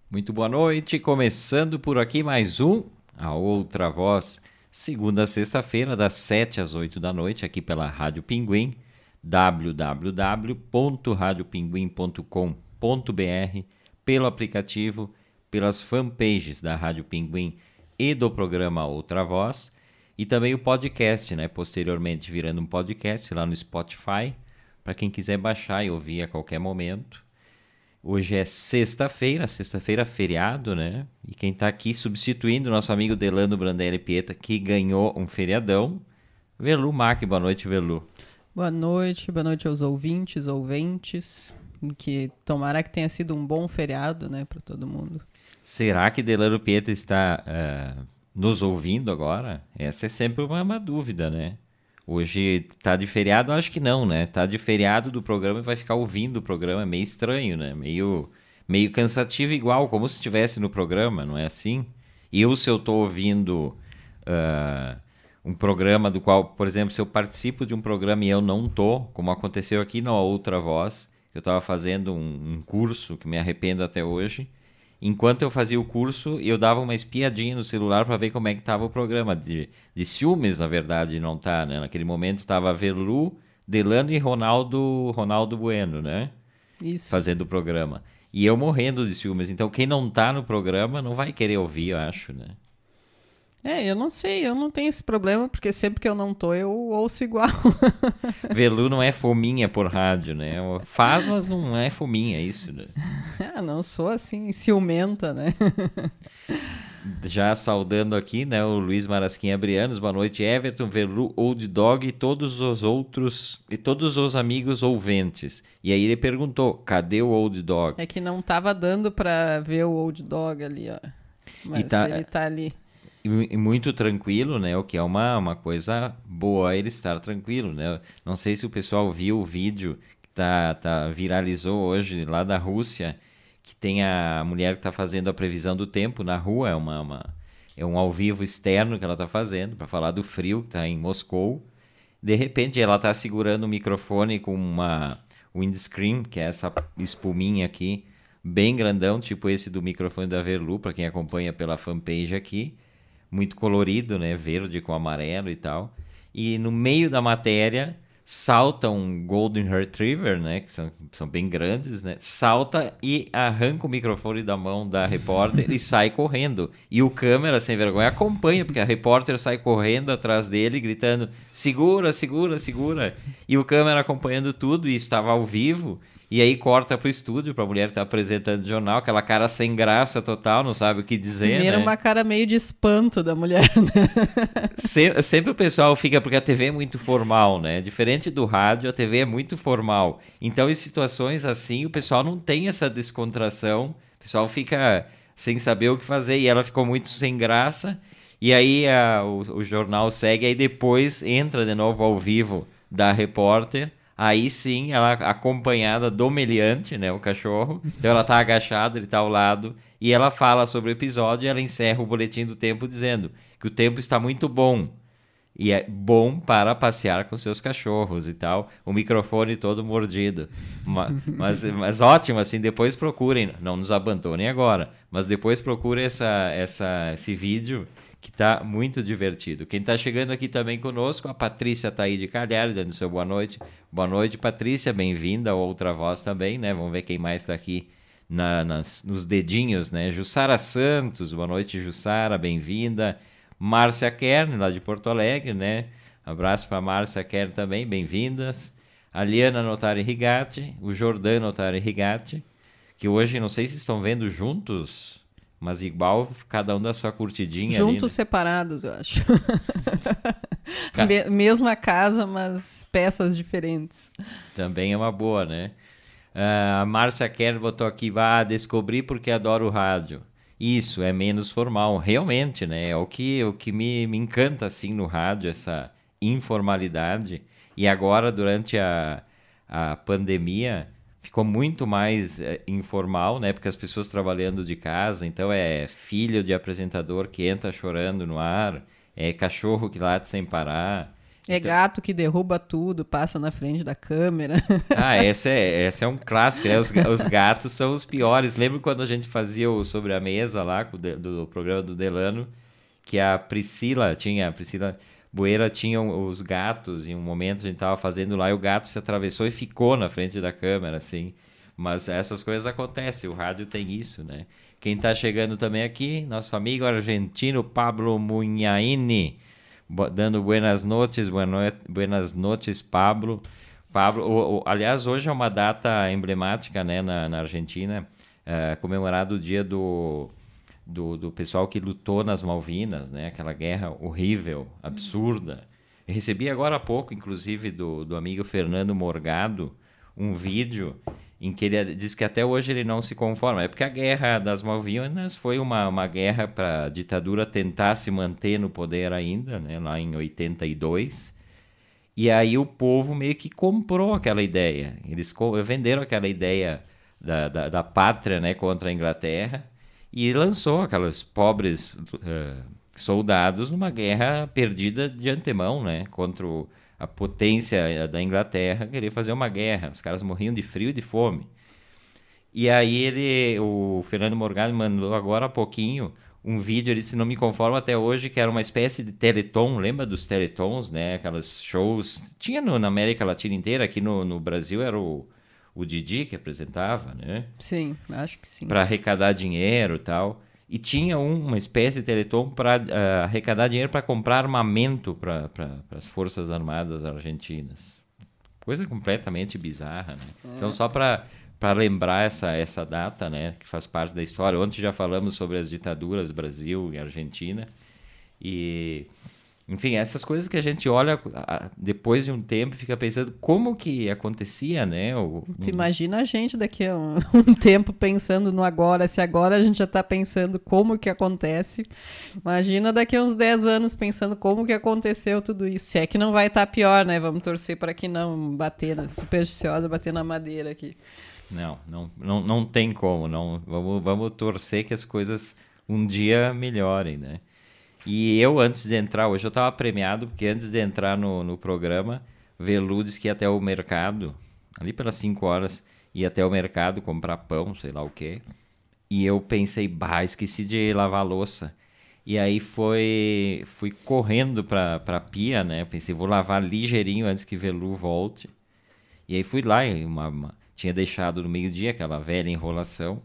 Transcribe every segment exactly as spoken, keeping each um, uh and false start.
Muito boa noite, começando por aqui mais um A Outra Voz, segunda a sexta-feira, das sete às oito da noite, aqui pela Rádio Pinguim, w w w ponto rádio pinguim ponto com ponto b r, pelo aplicativo, pelas fanpages da Rádio Pinguim e do programa A Outra Voz, e também o podcast, né? Posteriormente virando um podcast lá no Spotify, para quem quiser baixar e ouvir a qualquer momento. Hoje é sexta-feira, sexta-feira feriado, né? E quem está aqui substituindo o nosso amigo Delano Brandelli Pieta, que ganhou um feriadão, Velu Mac. Boa noite, Velu. Boa noite, boa noite aos ouvintes, ouventes, que tomara que tenha sido um bom feriado, né, para todo mundo. Será que Delano Pieta está uh, nos ouvindo agora? Essa é sempre uma, uma dúvida, né? Hoje tá de feriado? Acho que não, né? Tá de feriado do programa e vai ficar ouvindo o programa. É meio estranho, né? Meio, meio cansativo igual, como se estivesse no programa, não é assim? E eu, se eu tô ouvindo uh, um programa do qual, por exemplo, se eu participo de um programa e eu não tô, como aconteceu aqui na Outra Voz, eu tava fazendo um, um curso que me arrependo até hoje. Enquanto eu fazia o curso, eu dava uma espiadinha no celular para ver como é que estava o programa. De, de ciúmes, na verdade, não tá, né? Naquele momento estava Velu, Delano e Ronaldo, Ronaldo Bueno, né? Isso. Fazendo o programa. E eu morrendo de ciúmes. Então, quem não tá no programa não vai querer ouvir, eu acho, né? É, eu não sei, eu não tenho esse problema, porque sempre que eu não tô, eu ouço igual. Velu não é fominha por rádio, né? Faz, mas não é fominha, é isso, né? Ah, não sou assim, ciumenta, né? Já saudando aqui, né, o Luiz Marasquim Abrianos, boa noite, Everton, Velu, Old Dog e todos os outros, e todos os amigos ouvintes. E aí ele perguntou, cadê o Old Dog? É que não tava dando pra ver o Old Dog ali, ó. Mas tá, ele tá ali. E muito tranquilo, né, o que é uma, uma coisa boa ele estar tranquilo, né? Não sei se o pessoal viu o vídeo que tá, tá, viralizou hoje lá da Rússia, que tem a mulher que está fazendo a previsão do tempo na rua, é, uma, uma, é um ao vivo externo que ela está fazendo, para falar do frio que está em Moscou. De repente ela está segurando o microfone com uma windscreen, que é essa espuminha aqui, bem grandão, tipo esse do microfone da Velu, para quem acompanha pela fanpage aqui, muito colorido, né, verde com amarelo e tal. E no meio da matéria salta um Golden Retriever, né, que são, são bem grandes, né, salta e arranca o microfone da mão da repórter e sai correndo. E o câmera, sem vergonha, acompanha, porque a repórter sai correndo atrás dele, gritando, segura, segura, segura. E o câmera acompanhando tudo, e estava ao vivo. E aí corta pro estúdio, pra mulher que tá apresentando o jornal, aquela cara sem graça total, não sabe o que dizer, Primeiro né? uma cara meio de espanto da mulher, né? Sempre, sempre o pessoal fica, porque a T V é muito formal, né? Diferente do rádio, a T V é muito formal. Então, em situações assim, o pessoal não tem essa descontração, o pessoal fica sem saber o que fazer, e ela ficou muito sem graça, e aí a, o, o jornal segue, aí depois entra de novo ao vivo da repórter. Aí sim, ela acompanhada do meliante, né, o cachorro. Então ela tá agachada, ele tá ao lado. E ela fala sobre o episódio e ela encerra o boletim do tempo dizendo que o tempo está muito bom. E é bom para passear com seus cachorros e tal. O microfone todo mordido. Mas, mas, mas ótimo, assim, depois procurem. Não nos abandonem agora. Mas depois procurem essa, essa, esse vídeo, que tá muito divertido. Quem tá chegando aqui também conosco, a Patrícia tá aí de Calhari, dando seu boa noite. Boa noite, Patrícia, bem-vinda, Outra Voz também, né? Vamos ver quem mais tá aqui na, nas, nos dedinhos, né? Jussara Santos, boa noite, Jussara, bem-vinda. Márcia Kern, lá de Porto Alegre, né? Abraço para Márcia Kern também, bem-vindas. A Liana Notari Rigatti, o Jordano Notari Rigatti, que hoje, não sei se estão vendo juntos, mas igual, cada um da sua curtidinha. Juntos, ali, né? separados, eu acho. Mesma casa, mas peças diferentes. Também é uma boa, né? Uh, a Márcia Kerr botou aqui, ah, descobri porque adoro o rádio. Isso, é menos formal, realmente, né? É o que, o que me, me encanta, assim, no rádio, essa informalidade. E agora, durante a, a pandemia, ficou muito mais é, informal, né? Porque as pessoas trabalhando de casa, então é filho de apresentador que entra chorando no ar, é cachorro que late sem parar. É então... gato que derruba tudo, passa na frente da câmera. Ah, esse é, esse é um clássico, né? Os, os gatos são os piores. Lembra quando a gente fazia o Sobre a Mesa lá, do, do programa do Delano, que a Priscila tinha, a Priscila Boeira tinha os gatos, em um momento a gente tava fazendo lá, e o gato se atravessou e ficou na frente da câmera, assim. Mas essas coisas acontecem, o rádio tem isso, né? Quem tá chegando também aqui, nosso amigo argentino Pablo Munhaini, dando buenas noches, buenas noches, Pablo. Pablo, o, o, aliás, hoje é uma data emblemática, né, na, na Argentina, é, comemorado o dia do, do, do pessoal que lutou nas Malvinas, né, aquela guerra horrível, absurda. Eu recebi agora há pouco, inclusive, do, do amigo Fernando Morgado, um vídeo em que ele diz que até hoje ele não se conforma. É porque a Guerra das Malvinas foi uma, uma guerra para a ditadura tentar se manter no poder ainda, né, lá em oitenta e dois. E aí o povo meio que comprou aquela ideia. Eles venderam aquela ideia da, da, da pátria, né, contra a Inglaterra e lançou aqueles pobres uh, soldados numa guerra perdida de antemão, né, contra o a potência da Inglaterra queria fazer uma guerra. Os caras morriam de frio e de fome. E aí ele, o Fernando Morgado mandou agora há pouquinho um vídeo, ele se não me conforma até hoje, que era uma espécie de teleton, lembra dos teletons, né? Aquelas shows, tinha no, na América Latina inteira, aqui no, no Brasil era o, o Didi que apresentava, né? Sim, acho que sim. Para arrecadar dinheiro e tal. E tinha um, uma espécie de teleton para uh, arrecadar dinheiro para comprar armamento para pra, as Forças Armadas Argentinas. Coisa completamente bizarra, né? É. Então, só para lembrar essa, essa data, né, que faz parte da história. Ontem já falamos sobre as ditaduras Brasil e Argentina. E, enfim, essas coisas que a gente olha depois de um tempo e fica pensando como que acontecia, né? O, um... Tu imagina a gente daqui a um, um tempo pensando no agora, se agora a gente já está pensando como que acontece, imagina daqui a uns dez anos pensando como que aconteceu tudo isso. Se é que não vai estar tá pior, né? Vamos torcer para que não bater, na, supersticiosa, bater na madeira aqui. Não, não, não, não tem como, não. Vamos, vamos torcer que as coisas um dia melhorem, né? E eu, antes de entrar, hoje eu estava premiado, porque antes de entrar no, no programa, Velu disse que ia até o mercado, ali pelas cinco horas, ia até o mercado comprar pão, sei lá o quê. E eu pensei, bah, esqueci de lavar a louça. E aí foi, fui correndo para a pia, né? Pensei, vou lavar ligeirinho antes que Velu volte. E aí fui lá, e uma, uma, tinha deixado no meio-dia aquela velha enrolação.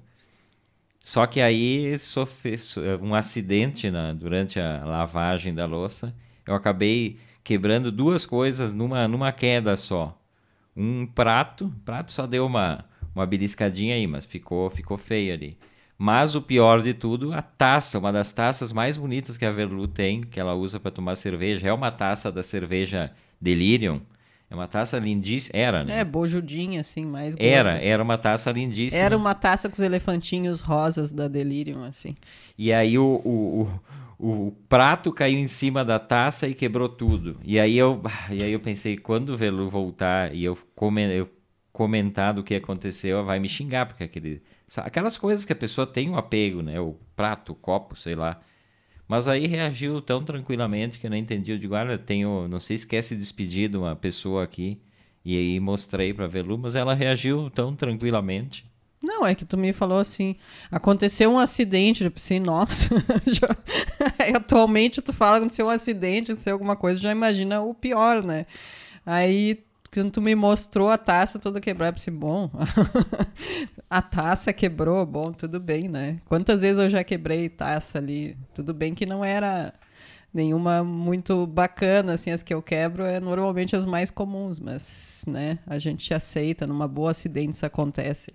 Só que aí sofri um acidente na, durante a lavagem da louça. Eu acabei quebrando duas coisas numa, numa queda só. Um prato, prato só deu uma, uma beliscadinha aí, mas ficou, ficou feio ali. Mas o pior de tudo, a taça, uma das taças mais bonitas que a Velu tem, que ela usa para tomar cerveja, é uma taça da cerveja Delirium. É uma taça lindíssima. Era, né? É, bojudinha, assim, mais gorda. Era, era uma taça lindíssima. Era uma taça com os elefantinhos rosas da Delirium, assim. E aí o, o, o, o prato caiu em cima da taça e quebrou tudo. E aí eu, e aí eu pensei, quando o Velu voltar e eu, comen, eu comentar do que aconteceu, vai me xingar, porque aquele, aquelas coisas que a pessoa tem um apego, né? O prato, o copo, sei lá. Mas aí reagiu tão tranquilamente que eu não entendi. Eu digo, olha, eu tenho, não sei se quer se despedir de uma pessoa aqui. E aí mostrei pra Velu, mas ela reagiu tão tranquilamente. Não, é que tu me falou assim, aconteceu um acidente, eu pensei, nossa, já... atualmente tu fala aconteceu um acidente, aconteceu alguma coisa, já imagina o pior, né? Aí quando tu me mostrou a taça toda quebrada, eu pensei, bom, a taça quebrou, bom, tudo bem, né? Quantas vezes eu já quebrei taça ali, tudo bem que não era nenhuma muito bacana, assim, as que eu quebro é normalmente as mais comuns, mas, né, a gente aceita, numa boa acidente isso acontece.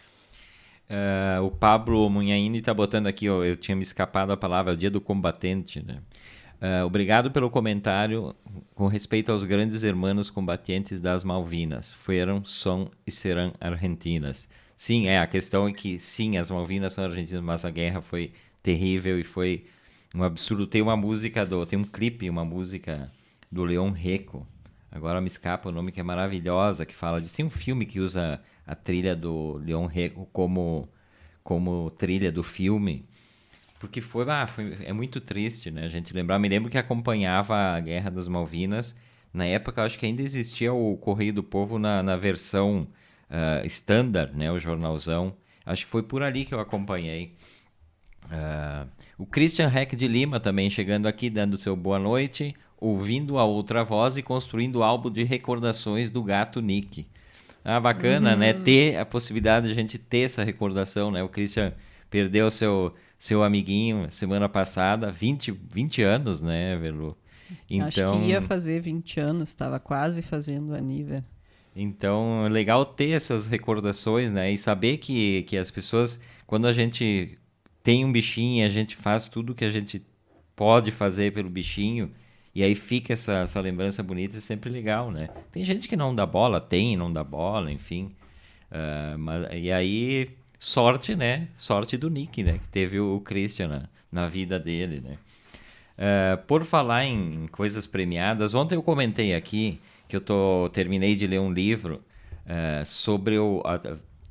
Uh, o Pablo Munhaini está botando aqui, ó, eu tinha me escapado a palavra, o dia do combatente, né? Uh, obrigado pelo comentário com respeito aos grandes hermanos combatentes das Malvinas. Foram, são e serão argentinas. Sim, é, a questão é que sim, as Malvinas são argentinas, mas a guerra foi terrível e foi um absurdo. Tem uma música, do, tem um clipe, uma música do Leon Gieco, agora me escapa o nome, que é maravilhosa, que fala disso. Tem um filme que usa a trilha do Leon Gieco como, como trilha do filme. Porque foi, ah, foi, é muito triste, né? A gente lembrar. Me lembro que acompanhava a Guerra das Malvinas Na época, eu acho que ainda existia o Correio do Povo na, na versão uh, standard, né? O jornalzão. Acho que foi por ali que eu acompanhei. Uh, o Christian Heck de Lima também chegando aqui, dando seu boa noite, ouvindo a outra voz e construindo o álbum de recordações do gato Nick. Ah, bacana, uhum. né? Ter a possibilidade de a gente ter essa recordação, né? O Christian perdeu seu, seu amiguinho semana passada, vinte, vinte anos, né, Velu? Então... Acho que ia fazer vinte anos, estava quase fazendo a nível. Então, é legal ter essas recordações, né? E saber que, que as pessoas, quando a gente tem um bichinho, a gente faz tudo que a gente pode fazer pelo bichinho, e aí fica essa, essa lembrança bonita, é sempre legal, né? Tem gente que não dá bola, tem, não dá bola, enfim. Uh, mas, e aí, sorte, né? Sorte do Nick, né? Que teve o Christian na, na vida dele, né? Uh, por falar em coisas premiadas, ontem eu comentei aqui que eu tô, terminei de ler um livro uh, sobre o, a,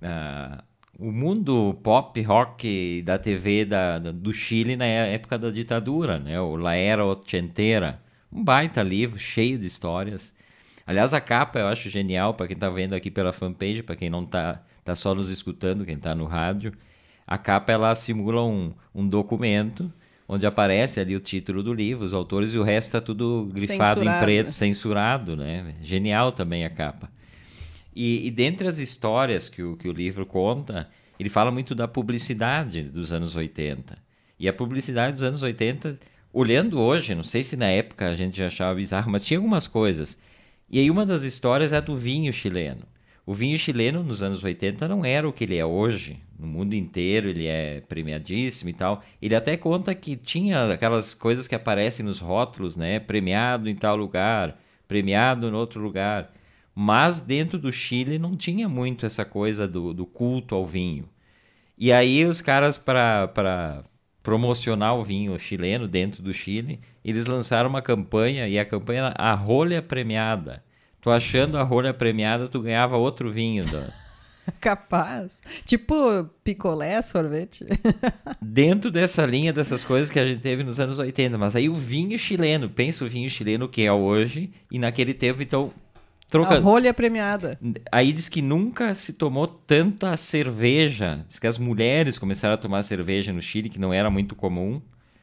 a, o mundo pop, rock da T V da, da, do Chile na época da ditadura, né? O La Era Ochentera. Um baita livro, cheio de histórias. Aliás, a capa eu acho genial, para quem está vendo aqui pela fanpage, para quem não está tá só nos escutando, quem está no rádio. A capa ela simula um, um documento onde aparece ali o título do livro, os autores, e o resto está tudo grifado censurado. Em preto, censurado, né? Genial também a capa. E, e dentre as histórias que o, que o livro conta, ele fala muito da publicidade dos anos oitenta. E a publicidade dos anos oitenta, olhando hoje, não sei se na época a gente já achava bizarro, mas tinha algumas coisas. E aí uma das histórias é do vinho chileno. O vinho chileno nos anos oitenta não era o que ele é hoje. No mundo inteiro ele é premiadíssimo e tal. Ele até conta que tinha aquelas coisas que aparecem nos rótulos, né? Premiado em tal lugar, premiado em outro lugar. Mas dentro do Chile não tinha muito essa coisa do, do culto ao vinho. E aí os caras, para promocionar o vinho chileno dentro do Chile, eles lançaram uma campanha, e a campanha era a rolha premiada. Tu achando a rolha premiada, tu ganhava outro vinho. Da... Capaz. Tipo picolé, sorvete. Dentro dessa linha, dessas coisas que a gente teve nos anos oitenta. Mas aí o vinho chileno, pensa o vinho chileno que é hoje, e naquele tempo, então... Troca... A rolha premiada. Aí diz que nunca se tomou tanta cerveja. Diz que as mulheres começaram a tomar cerveja no Chile, que não era muito comum.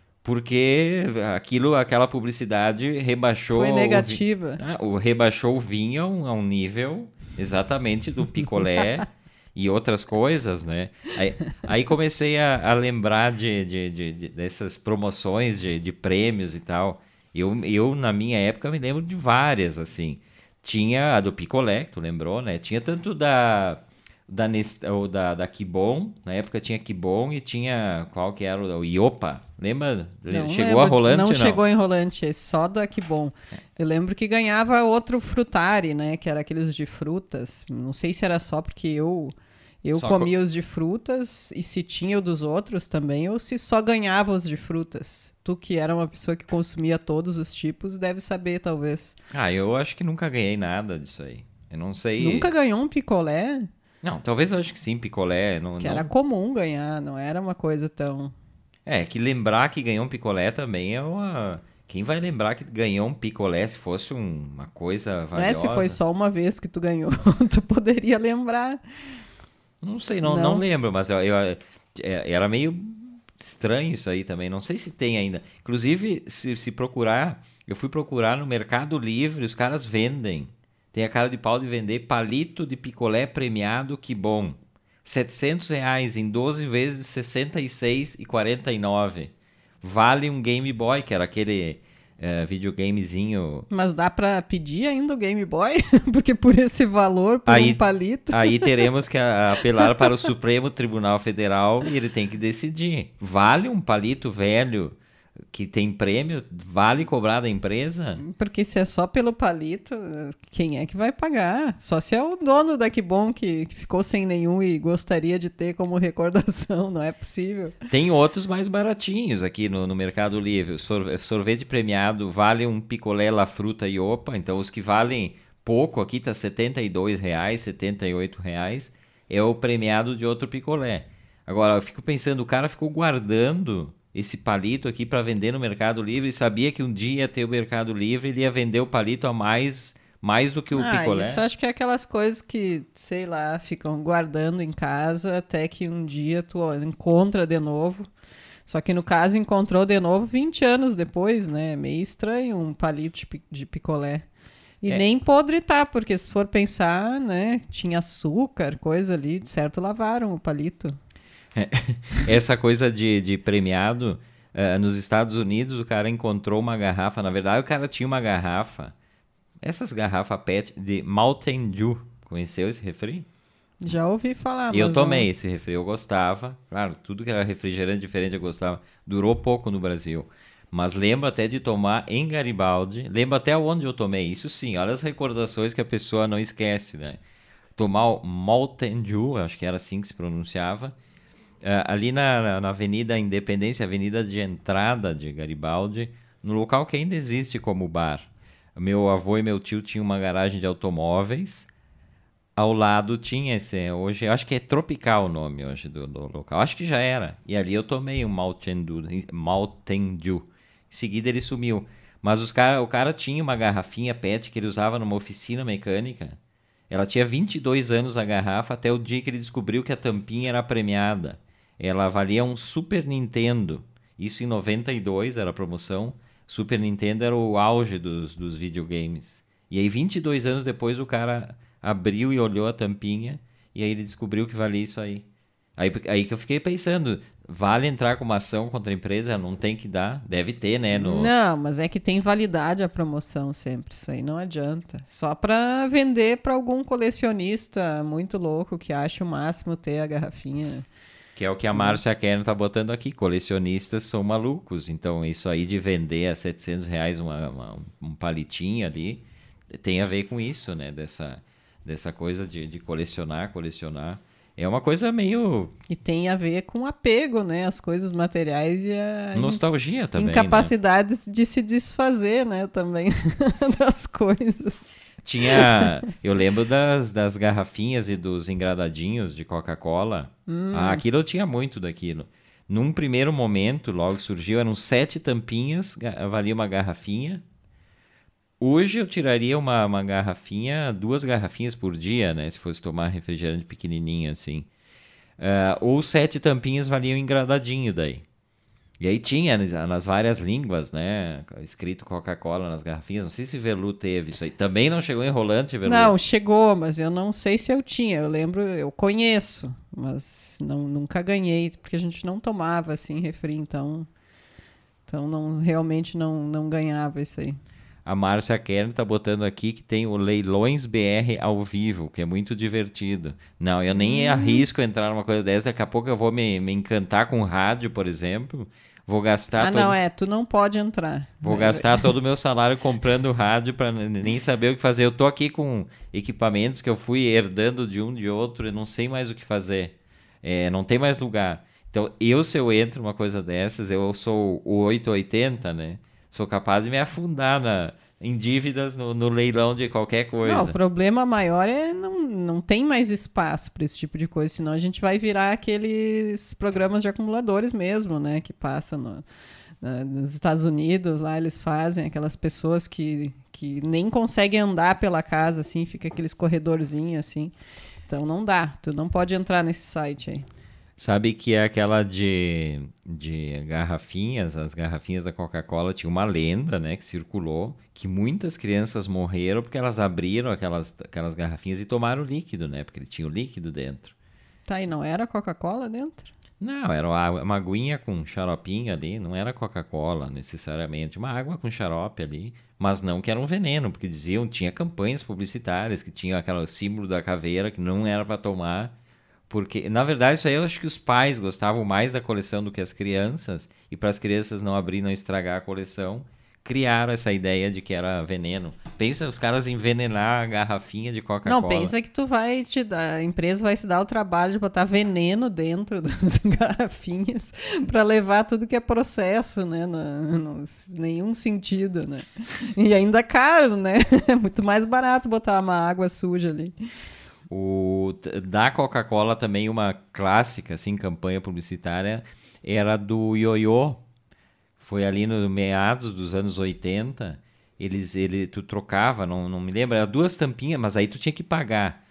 Porque aquilo, aquela publicidade rebaixou... Foi negativa. O, ah, o, rebaixou o vinho a um, a um nível exatamente do picolé e outras coisas, né? Aí, aí comecei a, a lembrar de, de, de, de, dessas promoções de, de prêmios e tal. Eu, eu, na minha época, me lembro de várias, assim. Tinha a do picolé, que tu lembrou, né? Tinha tanto da... Da, Nest, ou da, da Kibon, na época tinha Kibon e tinha, qual que era o Iopa, lembra? Não, chegou lembro, a rolante não? Não chegou em rolante, é só da Kibon. É. Eu lembro que ganhava outro frutari, né, que era aqueles de frutas, não sei se era só porque eu, eu comia co... os de frutas e se tinha o dos outros também, ou se só ganhava os de frutas. Tu que era uma pessoa que consumia todos os tipos, deve saber, talvez. Ah, eu acho que nunca ganhei nada disso aí, eu não sei... Nunca ganhou um picolé? Não, talvez eu acho que sim, picolé. Não, que não... era comum ganhar, não era uma coisa tão... É, que lembrar que ganhou um picolé também é uma... Quem vai lembrar que ganhou um picolé se fosse um, uma coisa valiosa? É, se foi só uma vez que tu ganhou, tu poderia lembrar. Não sei, não, não. não lembro, mas eu, eu, era meio estranho isso aí também. Não sei se tem ainda. Inclusive, se, se procurar... Eu fui procurar no Mercado Livre, os caras vendem. Tem a cara de pau de vender palito de picolé premiado, que bom. setecentos reais em doze vezes de sessenta e seis reais e quarenta e nove centavos. Vale um Game Boy, que era aquele uh, videogamezinho... Mas dá pra pedir ainda o Game Boy? Porque por esse valor, por aí, um palito... Aí teremos que apelar para o Supremo Tribunal Federal e ele tem que decidir. Vale um palito velho... que tem prêmio, vale cobrar da empresa? Porque se é só pelo palito, quem é que vai pagar? Só se é o dono da Kibon que, que ficou sem nenhum e gostaria de ter como recordação, não é possível. Tem outros mais baratinhos aqui no, no Mercado Livre. Sorvete premiado vale um picolé La Fruta e Opa, então os que valem pouco aqui tá setenta e dois reais, setenta e oito reais, é o premiado de outro picolé. Agora, eu fico pensando, o cara ficou guardando esse palito aqui para vender no Mercado Livre e sabia que um dia ia ter o Mercado Livre, ele ia vender o palito a mais, mais do que o ah, picolé. Isso acho que é aquelas coisas que, sei lá, ficam guardando em casa até que um dia tu ó, encontra de novo. Só que no caso encontrou de novo vinte anos depois, né? Meio estranho um palito de, de picolé. E é. nem podre tá, porque se for pensar, né? Tinha açúcar, coisa ali, de certo lavaram o palito. Essa coisa de, de premiado, uh, nos Estados Unidos o cara encontrou uma garrafa, na verdade o cara tinha uma garrafa, essas garrafas pet de Mountain Dew, conheceu esse refri? Já ouvi falar. Eu mas tomei não... esse refri, eu gostava, claro, tudo que era refrigerante diferente eu gostava, durou pouco no Brasil, mas lembro até de tomar em Garibaldi, lembro até onde eu tomei, isso sim, olha as recordações que a pessoa não esquece, né? Tomar o Mountain Dew, acho que era assim que se pronunciava, Uh, ali na, na Avenida Independência, avenida de entrada de Garibaldi, no local que ainda existe como bar. Meu avô e meu tio tinham uma garagem de automóveis. Ao lado tinha esse, hoje, acho que é Tropical o nome hoje do, do local. Acho que já era. E ali eu tomei um Mountain Dew. Mountain Dew. Em seguida ele sumiu. Mas os cara, o cara tinha uma garrafinha pet que ele usava numa oficina mecânica. Ela tinha vinte e dois anos a garrafa, até o dia que ele descobriu que a tampinha era premiada. Ela valia um Super Nintendo. Isso em noventa e dois era a promoção. Super Nintendo era o auge dos, dos videogames. E aí, vinte e dois anos depois, o cara abriu e olhou a tampinha. E aí ele descobriu que valia isso aí. Aí, aí que eu fiquei pensando, vale entrar com uma ação contra a empresa? Não tem que dar? Deve ter, né? No... Não, mas é que tem validade a promoção sempre. Isso aí não adianta. Só para vender para algum colecionista muito louco que acha o máximo ter a garrafinha... Que é o que a Márcia Kern tá botando aqui. Colecionistas são malucos. Então, isso aí de vender a setecentos reais uma, uma, um palitinho ali, tem a ver com isso, né? Dessa, dessa coisa de, de colecionar, colecionar. É uma coisa meio... E tem a ver com apego, né? As coisas materiais e a... Nostalgia também, incapacidade né? de se desfazer, né? Também das coisas. Tinha... Eu lembro das, das garrafinhas e dos engradadinhos de Coca-Cola. Hum. Ah, aquilo eu tinha muito daquilo. Num primeiro momento, logo surgiu, eram sete tampinhas, valia uma garrafinha. Hoje eu tiraria uma, uma garrafinha, duas garrafinhas por dia, né? Se fosse tomar refrigerante pequenininho assim. Uh, ou sete tampinhas valiam engradadinho daí. E aí tinha nas várias línguas, né? Escrito Coca-Cola nas garrafinhas. Não sei se Velu teve isso aí. Também não chegou enrolante, Velu? Não, chegou, mas eu não sei se eu tinha. Eu lembro, eu conheço, mas não, nunca ganhei, porque a gente não tomava assim refri, então, então não, realmente não, não ganhava isso aí. A Márcia Kern tá botando aqui que tem o Leilões B R ao vivo, que é muito divertido. Não, eu nem hum. arrisco entrar numa coisa dessa. Daqui a pouco eu vou me, me encantar com rádio, por exemplo. Vou gastar... Ah, todo... não, é. Tu não pode entrar. Vou gastar todo o meu salário comprando rádio para nem saber o que fazer. Eu tô aqui com equipamentos que eu fui herdando de um de outro e não sei mais o que fazer. É, não tem mais lugar. Então, eu, se eu entro numa coisa dessas, eu sou o oito oitenta, né? Sou capaz de me afundar na, em dívidas no, no leilão de qualquer coisa. Não, o problema maior é não, não tem mais espaço para esse tipo de coisa, senão a gente vai virar aqueles programas de acumuladores mesmo, né? Que passam no, na, nos Estados Unidos, lá eles fazem aquelas pessoas que, que nem conseguem andar pela casa, assim, fica aqueles corredorzinhos, assim. Então não dá, tu não pode entrar nesse site aí. Sabe que é aquela de, de garrafinhas, as garrafinhas da Coca-Cola, tinha uma lenda, né, que circulou, que muitas crianças morreram porque elas abriram aquelas, aquelas garrafinhas e tomaram o líquido, né, porque ele tinha o líquido dentro. Tá, e não era Coca-Cola dentro? Não, era uma, uma aguinha com xaropinho ali, não era Coca-Cola necessariamente, uma água com xarope ali, mas não que era um veneno, porque diziam, tinha campanhas publicitárias que tinham aquele símbolo da caveira que não era para tomar. Porque, na verdade, isso aí eu acho que os pais gostavam mais da coleção do que as crianças, e para as crianças não abrir, não estragar a coleção, criaram essa ideia de que era veneno. Pensa os caras envenenar a garrafinha de Coca-Cola. Não, pensa que tu vai te dar, a empresa vai se dar o trabalho de botar veneno dentro das garrafinhas para levar tudo que é processo, né? No, no, nenhum sentido, né? E ainda caro, né? É muito mais barato botar uma água suja ali. O, da Coca-Cola também uma clássica, assim, campanha publicitária, era do ioiô, Foi ali no meados dos anos oitenta, eles, ele, tu trocava, não, não me lembro, era duas tampinhas, mas aí tu tinha que pagar.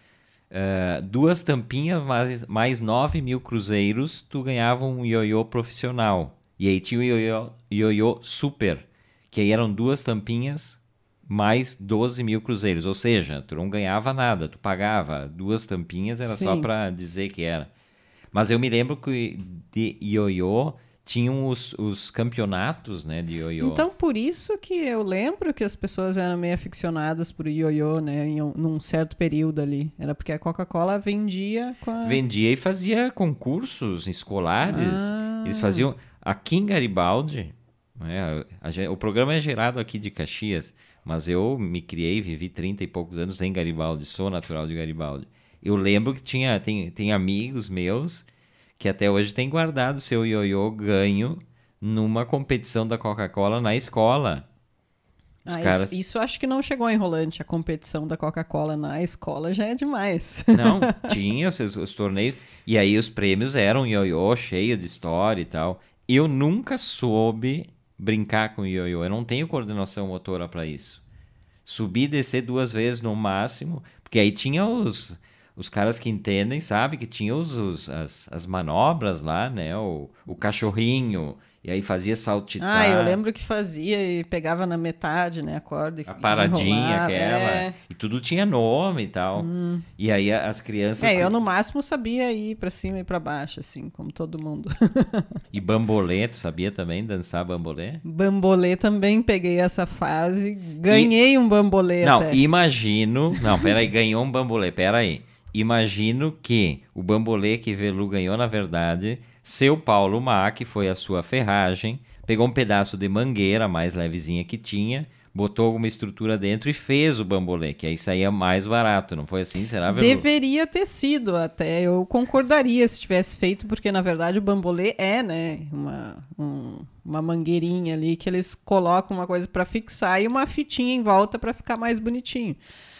Uh, duas tampinhas mais, mais nove mil cruzeiros, tu ganhava um ioiô profissional. E aí tinha o ioiô, ioiô super, que aí eram duas tampinhas mais doze mil cruzeiros. Ou seja, tu não ganhava nada, tu pagava. Duas tampinhas era Sim. só para dizer que era. Mas eu me lembro que de ioiô tinham os, os campeonatos, né, de ioiô. Então, por isso que eu lembro que as pessoas eram meio aficionadas por ioiô, né, em um, num certo período ali. Era porque a Coca-Cola vendia com a... Vendia e fazia concursos escolares. Ah. Eles faziam... Aqui em Garibaldi, né, a, a, o programa é gerado aqui de Caxias, mas eu me criei, vivi trinta e poucos anos em Garibaldi, sou natural de Garibaldi. Eu lembro que tinha, tem, tem amigos meus que até hoje têm guardado seu ioiô ganho numa competição da Coca-Cola na escola. Ah, caras... isso, isso acho que não chegou em Rolante, a competição da Coca-Cola na escola já é demais. Não, tinha os, os torneios, e aí os prêmios eram ioiô cheio de história e tal. Eu nunca soube brincar com ioiô, eu não tenho coordenação motora para isso. Subir e descer duas vezes no máximo, porque aí tinha os... Os caras que entendem, sabe? Que tinha os, os, as, as manobras lá, né? O, o cachorrinho, e aí fazia saltitar. Ah, eu lembro que fazia e pegava na metade, né? A corda e a paradinha enrolava, aquela. é. E tudo tinha nome e tal. Hum. E aí as crianças... É, eu no máximo sabia ir pra cima e pra baixo, assim, como todo mundo. E bambolê, tu sabia também dançar bambolê? Bambolê também, peguei essa fase. Ganhei e... um bambolê Não, até. imagino... Não, peraí, ganhou um bambolê, peraí. Imagino que o bambolê que Velu ganhou, na verdade, seu Paulo Má, que foi a sua ferragem, pegou um pedaço de mangueira mais levezinha que tinha, botou alguma estrutura dentro e fez o bambolê, que aí saía mais barato, não foi assim? Será, Velu? Deveria ter sido até, eu concordaria se tivesse feito, porque na verdade o bambolê é, né, uma, um, uma mangueirinha ali que eles colocam uma coisa para fixar e uma fitinha em volta para ficar mais bonitinho.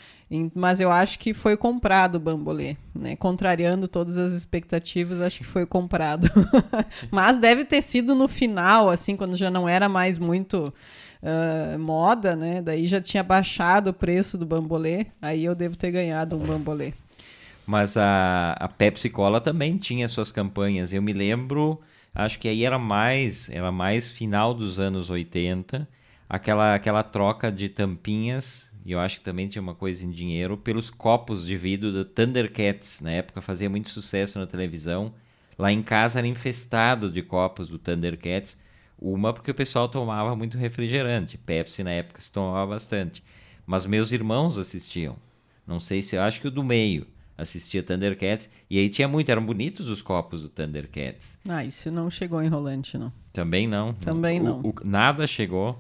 Mas eu acho que foi comprado o bambolê, né? Contrariando todas as expectativas, acho que foi comprado. Mas deve ter sido no final, assim, quando já não era mais muito uh, moda, né? Daí já tinha baixado o preço do bambolê, aí eu devo ter ganhado um bambolê. Mas a, a Pepsi Cola também tinha suas campanhas. Eu me lembro, acho que aí era mais, era mais final dos anos oitenta, aquela, aquela troca de tampinhas... E eu acho que também tinha uma coisa em dinheiro pelos copos de vidro do Thundercats. Na época fazia muito sucesso na televisão. Lá em casa era infestado de copos do Thundercats. Uma porque o pessoal tomava muito refrigerante. Pepsi na época se tomava bastante. Mas meus irmãos assistiam. Não sei se... Eu acho que o do meio assistia Thundercats. E aí tinha muito... Eram bonitos os copos do Thundercats. Ah, isso não chegou em Rolante, não. Também não. Também não. O, o, nada chegou...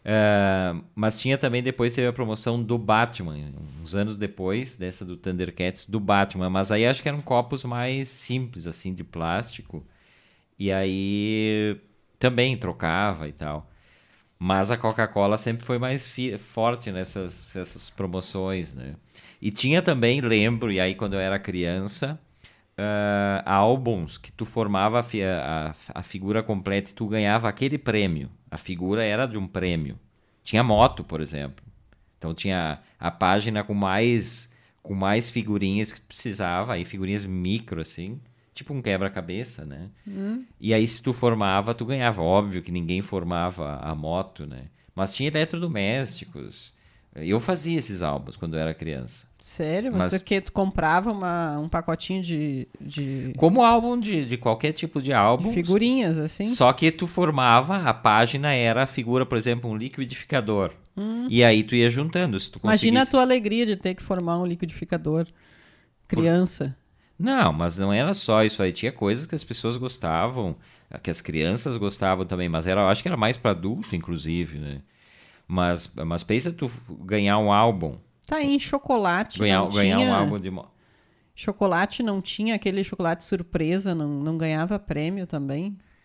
Uh, mas tinha também, depois teve a promoção do Batman, uns anos depois dessa do Thundercats, do Batman, mas aí acho que eram copos mais simples, assim, de plástico, e aí também trocava e tal. Mas a Coca-Cola sempre foi mais fi- forte nessas, nessas promoções, né? E tinha também, lembro, e aí quando eu era criança, uh, álbuns que tu formava a, fi- a, a figura completa e tu ganhava aquele prêmio. A figura era de um prêmio. Tinha moto, por exemplo. Então tinha a página com mais, com mais figurinhas que tu precisava, aí figurinhas micro, assim, tipo um quebra-cabeça, né? Hum. E aí se tu formava, tu ganhava. Óbvio que ninguém formava a moto, né? Mas tinha eletrodomésticos. Eu fazia esses álbuns quando eu era criança. Sério? Mas o que? Tu comprava uma, um pacotinho de, de... Como álbum de, de qualquer tipo de álbum. De figurinhas, assim? Só que tu formava, a página era a figura, por exemplo, um liquidificador. Hum. E aí tu ia juntando. Se tu conseguisse... Imagina a tua alegria de ter que formar um liquidificador. Criança. Por... Não, mas não era só isso aí. Tinha coisas que as pessoas gostavam, que as crianças gostavam também. Mas era, eu acho que era mais para adulto, inclusive, né? Mas, mas pensa tu ganhar um álbum. Tá, em chocolate ganhar, não ganhar tinha... um álbum de... Chocolate não tinha, aquele chocolate surpresa, não, não ganhava prêmio também?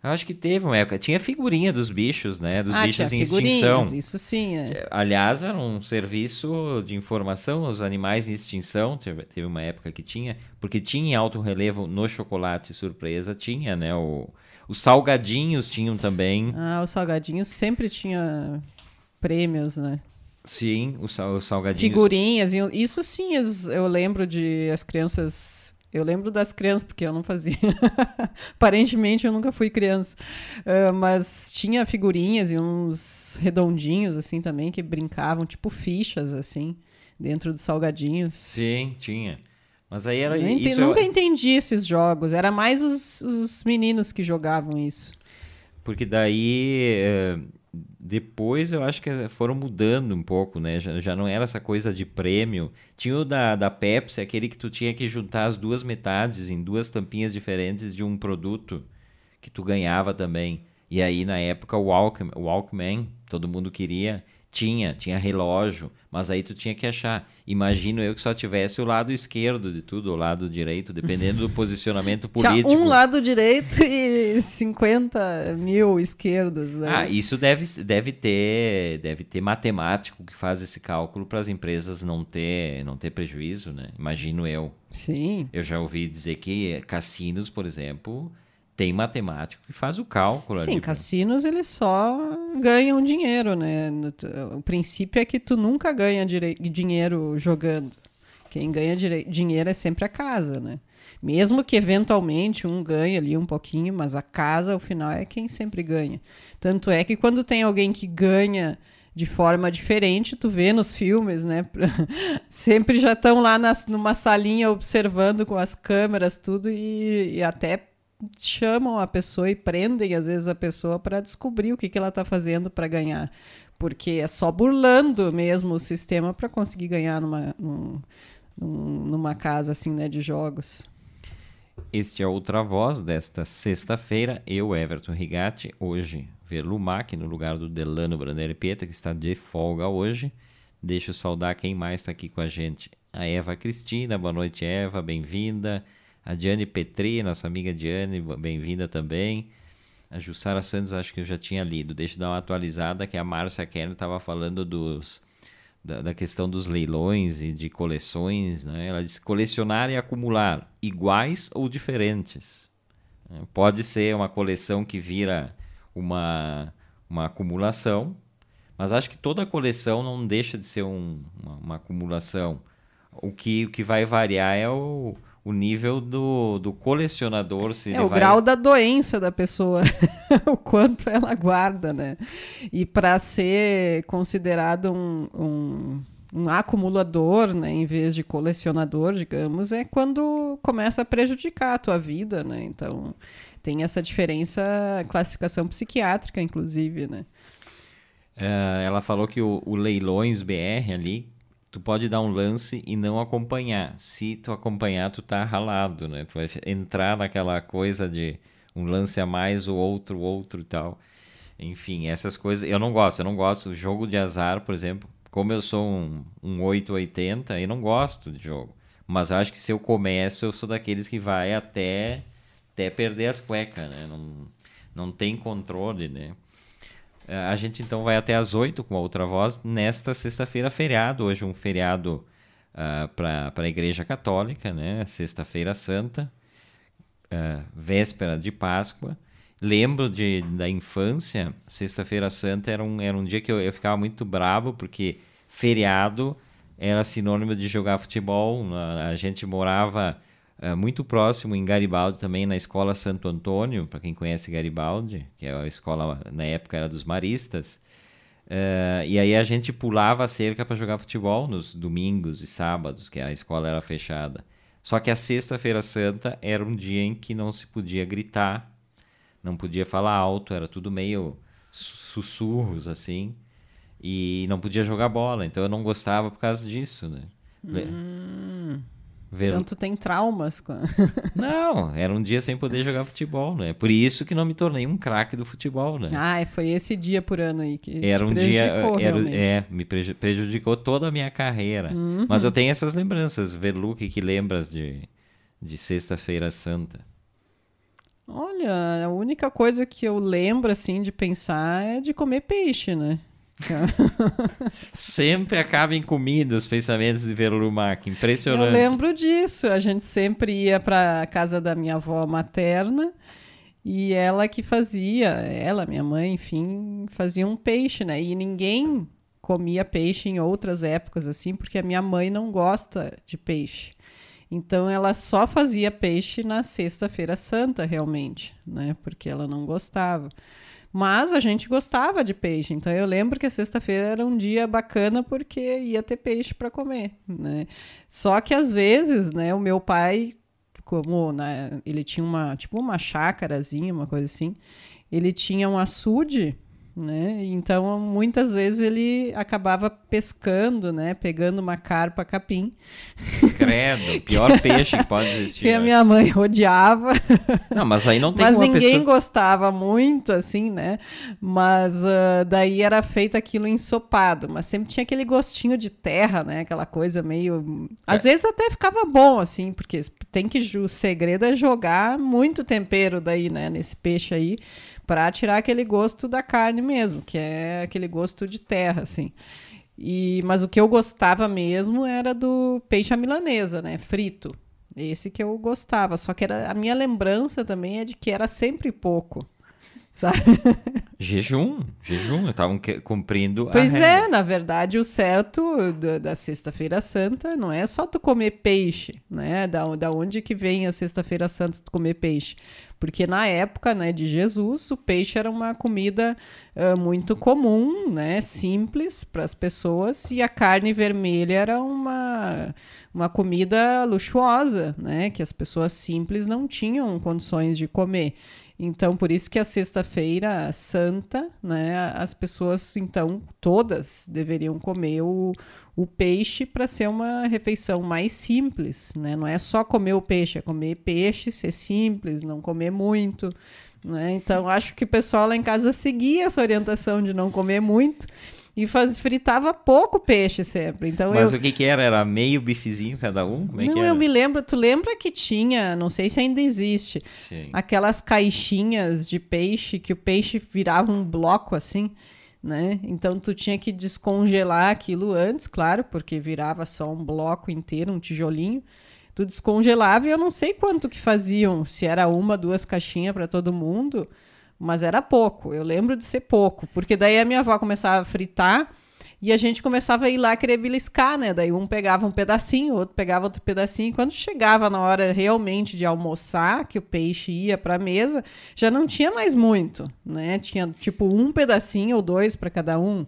Eu acho que teve uma época. Tinha figurinha dos bichos, né? Dos ah, bichos tinha em extinção. Isso sim, é. Aliás, era um serviço de informação aos animais em extinção. Teve, teve uma época que tinha, porque tinha em alto relevo no chocolate surpresa, tinha, né? O, os salgadinhos tinham também. Ah, os salgadinhos sempre tinha prêmios, né? Sim, os, sal, os salgadinhos. Figurinhas, isso sim, eu lembro de as crianças. Eu lembro das crianças, porque eu não fazia. Aparentemente, eu nunca fui criança. Uh, mas tinha figurinhas e uns redondinhos, assim, também, que brincavam, tipo fichas, assim, dentro dos salgadinhos. Sim, tinha. Mas aí era ente- isso. Nunca eu... entendi esses jogos. Era mais os, os meninos que jogavam isso. Porque daí... É... Depois eu acho que foram mudando um pouco, né? Já, já não era essa coisa de prêmio. Tinha o da, da Pepsi, aquele que tu tinha que juntar as duas metades em duas tampinhas diferentes de um produto que tu ganhava também. E aí, na época, o Walkman, o Walkman, todo mundo queria, tinha, tinha relógio, mas aí tu tinha que achar. Imagino eu que só tivesse o lado esquerdo de tudo, o lado direito, dependendo do posicionamento político. Tinha um lado direito e cinquenta mil esquerdos, né? Ah, isso deve, deve ter deve ter matemático que faz esse cálculo para as empresas não ter, não ter prejuízo, né? Imagino eu. Sim. Eu já ouvi dizer que cassinos, por exemplo, tem matemático que faz o cálculo. Sim, ali, cassinos eles só ganham dinheiro, né? O princípio é que tu nunca ganha dire... dinheiro jogando. Quem ganha dire... dinheiro é sempre a casa, né? Mesmo que eventualmente um ganhe ali um pouquinho, mas a casa, ao final, é quem sempre ganha. Tanto é que quando tem alguém que ganha de forma diferente, tu vê nos filmes, né? Sempre já estão lá nas, numa salinha observando com as câmeras, tudo, e, e até chamam a pessoa e prendem, às vezes, a pessoa para descobrir o que, que ela está fazendo para ganhar. Porque é só burlando mesmo o sistema para conseguir ganhar numa, num, numa casa assim, né, de jogos. Este é Outra Voz desta sexta-feira. Eu, Everton Rigatti, hoje Verlumac, no lugar do Delano Brandelli Pieta, que está de folga hoje. Deixa eu saudar quem mais está aqui com a gente. A Eva Cristina, boa noite, Eva, bem-vinda. A Diane Petri, nossa amiga Diane, bem-vinda também. A Jussara Santos, acho que eu já tinha lido. Deixa eu dar uma atualizada, que a Márcia Kenner estava falando dos, da, da questão dos leilões e de coleções, né? Ela disse colecionar e acumular, iguais ou diferentes. Pode ser uma coleção que vira uma, uma acumulação, mas acho que toda coleção não deixa de ser um, uma, uma acumulação. O que, o que vai variar é o... o nível do, do colecionador. Se é ele o vai... grau da doença da pessoa, o quanto ela guarda, né? E para ser considerado um, um, um acumulador, né, em vez de colecionador, digamos, é quando começa a prejudicar a tua vida, né? Então, tem essa diferença, classificação psiquiátrica, inclusive, né? É, ela falou que o, o Leilões B R ali, tu pode dar um lance e não acompanhar. Se tu acompanhar, tu tá ralado, né? Tu vai entrar naquela coisa de um lance a mais, o outro, o outro e tal. Enfim, essas coisas... Eu não gosto, eu não gosto. Jogo de azar, por exemplo, como eu sou um, um oito oitenta, eu não gosto de jogo. Mas eu acho que se eu começo, eu sou daqueles que vai até, até perder as cuecas, né? Não, não tem controle, né? A gente então vai até às oito com a Outra Voz nesta sexta-feira, feriado. Hoje um feriado uh, para a Igreja Católica, né? Sexta-feira Santa, uh, véspera de Páscoa. Lembro de, da infância, Sexta-feira Santa era um, era um dia que eu, eu ficava muito bravo, porque feriado era sinônimo de jogar futebol. A gente morava uh, muito próximo em Garibaldi também, na Escola Santo Antônio, para quem conhece Garibaldi, que é a escola, na época era dos maristas. Uh, e aí a gente pulava a cerca para jogar futebol nos domingos e sábados, que a escola era fechada. Só que a Sexta-feira Santa era um dia em que não se podia gritar, não podia falar alto, era tudo meio sussurros assim, e não podia jogar bola. Então eu não gostava por causa disso, né? Hum, Ver... Então tu tem traumas com... Não, era um dia sem poder jogar futebol, né? Por isso que não me tornei um craque do futebol, né? Ah, foi esse dia por ano aí que era te um dia, era, realmente. é, me prejudicou toda a minha carreira. Uhum. Mas eu tenho essas lembranças. Verluque, que lembras de, de Sexta-feira Santa? Olha, a única coisa que eu lembro, assim, de pensar é de comer peixe, né? Sempre acaba em comida os pensamentos de Verlumac, impressionante. Eu lembro disso, a gente sempre ia para casa da minha avó materna e ela que fazia, ela, minha mãe, enfim, fazia um peixe, né? E ninguém comia peixe em outras épocas, assim, porque a minha mãe não gosta de peixe. Então ela só fazia peixe na Sexta-feira Santa, realmente, né? Porque ela não gostava. Mas a gente gostava de peixe, então eu lembro que a sexta-feira era um dia bacana porque ia ter peixe para comer, né? Só que às vezes, né, o meu pai, como, né, ele tinha uma, tipo uma chácarazinha, uma coisa assim, ele tinha um açude, né? Então muitas vezes ele acabava pescando, né, pegando uma carpa capim. Credo, pior peixe que pode existir. Que a minha mãe odiava. Não, mas aí não tem Mas uma ninguém pessoa... gostava muito, assim, né? Mas uh, daí era feito aquilo ensopado, mas sempre tinha aquele gostinho de terra, né? Aquela coisa meio... Às É. vezes até ficava bom, assim, porque tem que... O segredo é jogar muito tempero daí, né? Nesse peixe aí, para tirar aquele gosto da carne mesmo, que é aquele gosto de terra, assim. E, mas o que eu gostava mesmo era do peixe à milanesa, né? Frito. Esse que eu gostava. Só que era, a minha lembrança também é de que era sempre pouco, sabe? Jejum, jejum, estavam cumprindo Pois a é, regra. na verdade, o certo da, da Sexta-feira Santa não é só tu comer peixe, né? Da, da onde que vem a Sexta-feira Santa tu comer peixe? Porque na época, né, de Jesus, o peixe era uma comida uh, muito comum, né, simples para as pessoas, e a carne vermelha era uma, uma comida luxuosa, né, que as pessoas simples não tinham condições de comer. Então, por isso que a Sexta-feira Santa, né, as pessoas, então, todas deveriam comer o, o peixe para ser uma refeição mais simples, né? Não é só comer o peixe, é comer peixe, ser simples, não comer muito, né? Então, acho que o pessoal lá em casa seguia essa orientação de não comer muito e faz, fritava pouco peixe sempre. Então, Mas eu... o que que era? Era meio bifezinho cada um? Como é não, que era? eu me lembro, tu lembra que tinha, não sei se ainda existe, Sim. aquelas caixinhas de peixe que o peixe virava um bloco assim, né? Então tu tinha que descongelar aquilo antes, claro, porque virava só um bloco inteiro, um tijolinho. Tu descongelava e eu não sei quanto que faziam, se era uma, duas caixinhas para todo mundo, mas era pouco. Eu lembro de ser pouco, porque daí a minha avó começava a fritar e a gente começava a ir lá querer beliscar, né? Daí um pegava um pedacinho, outro pegava outro pedacinho. E quando chegava na hora realmente de almoçar, que o peixe ia para a mesa, já não tinha mais muito, né? Tinha tipo um pedacinho ou dois para cada um.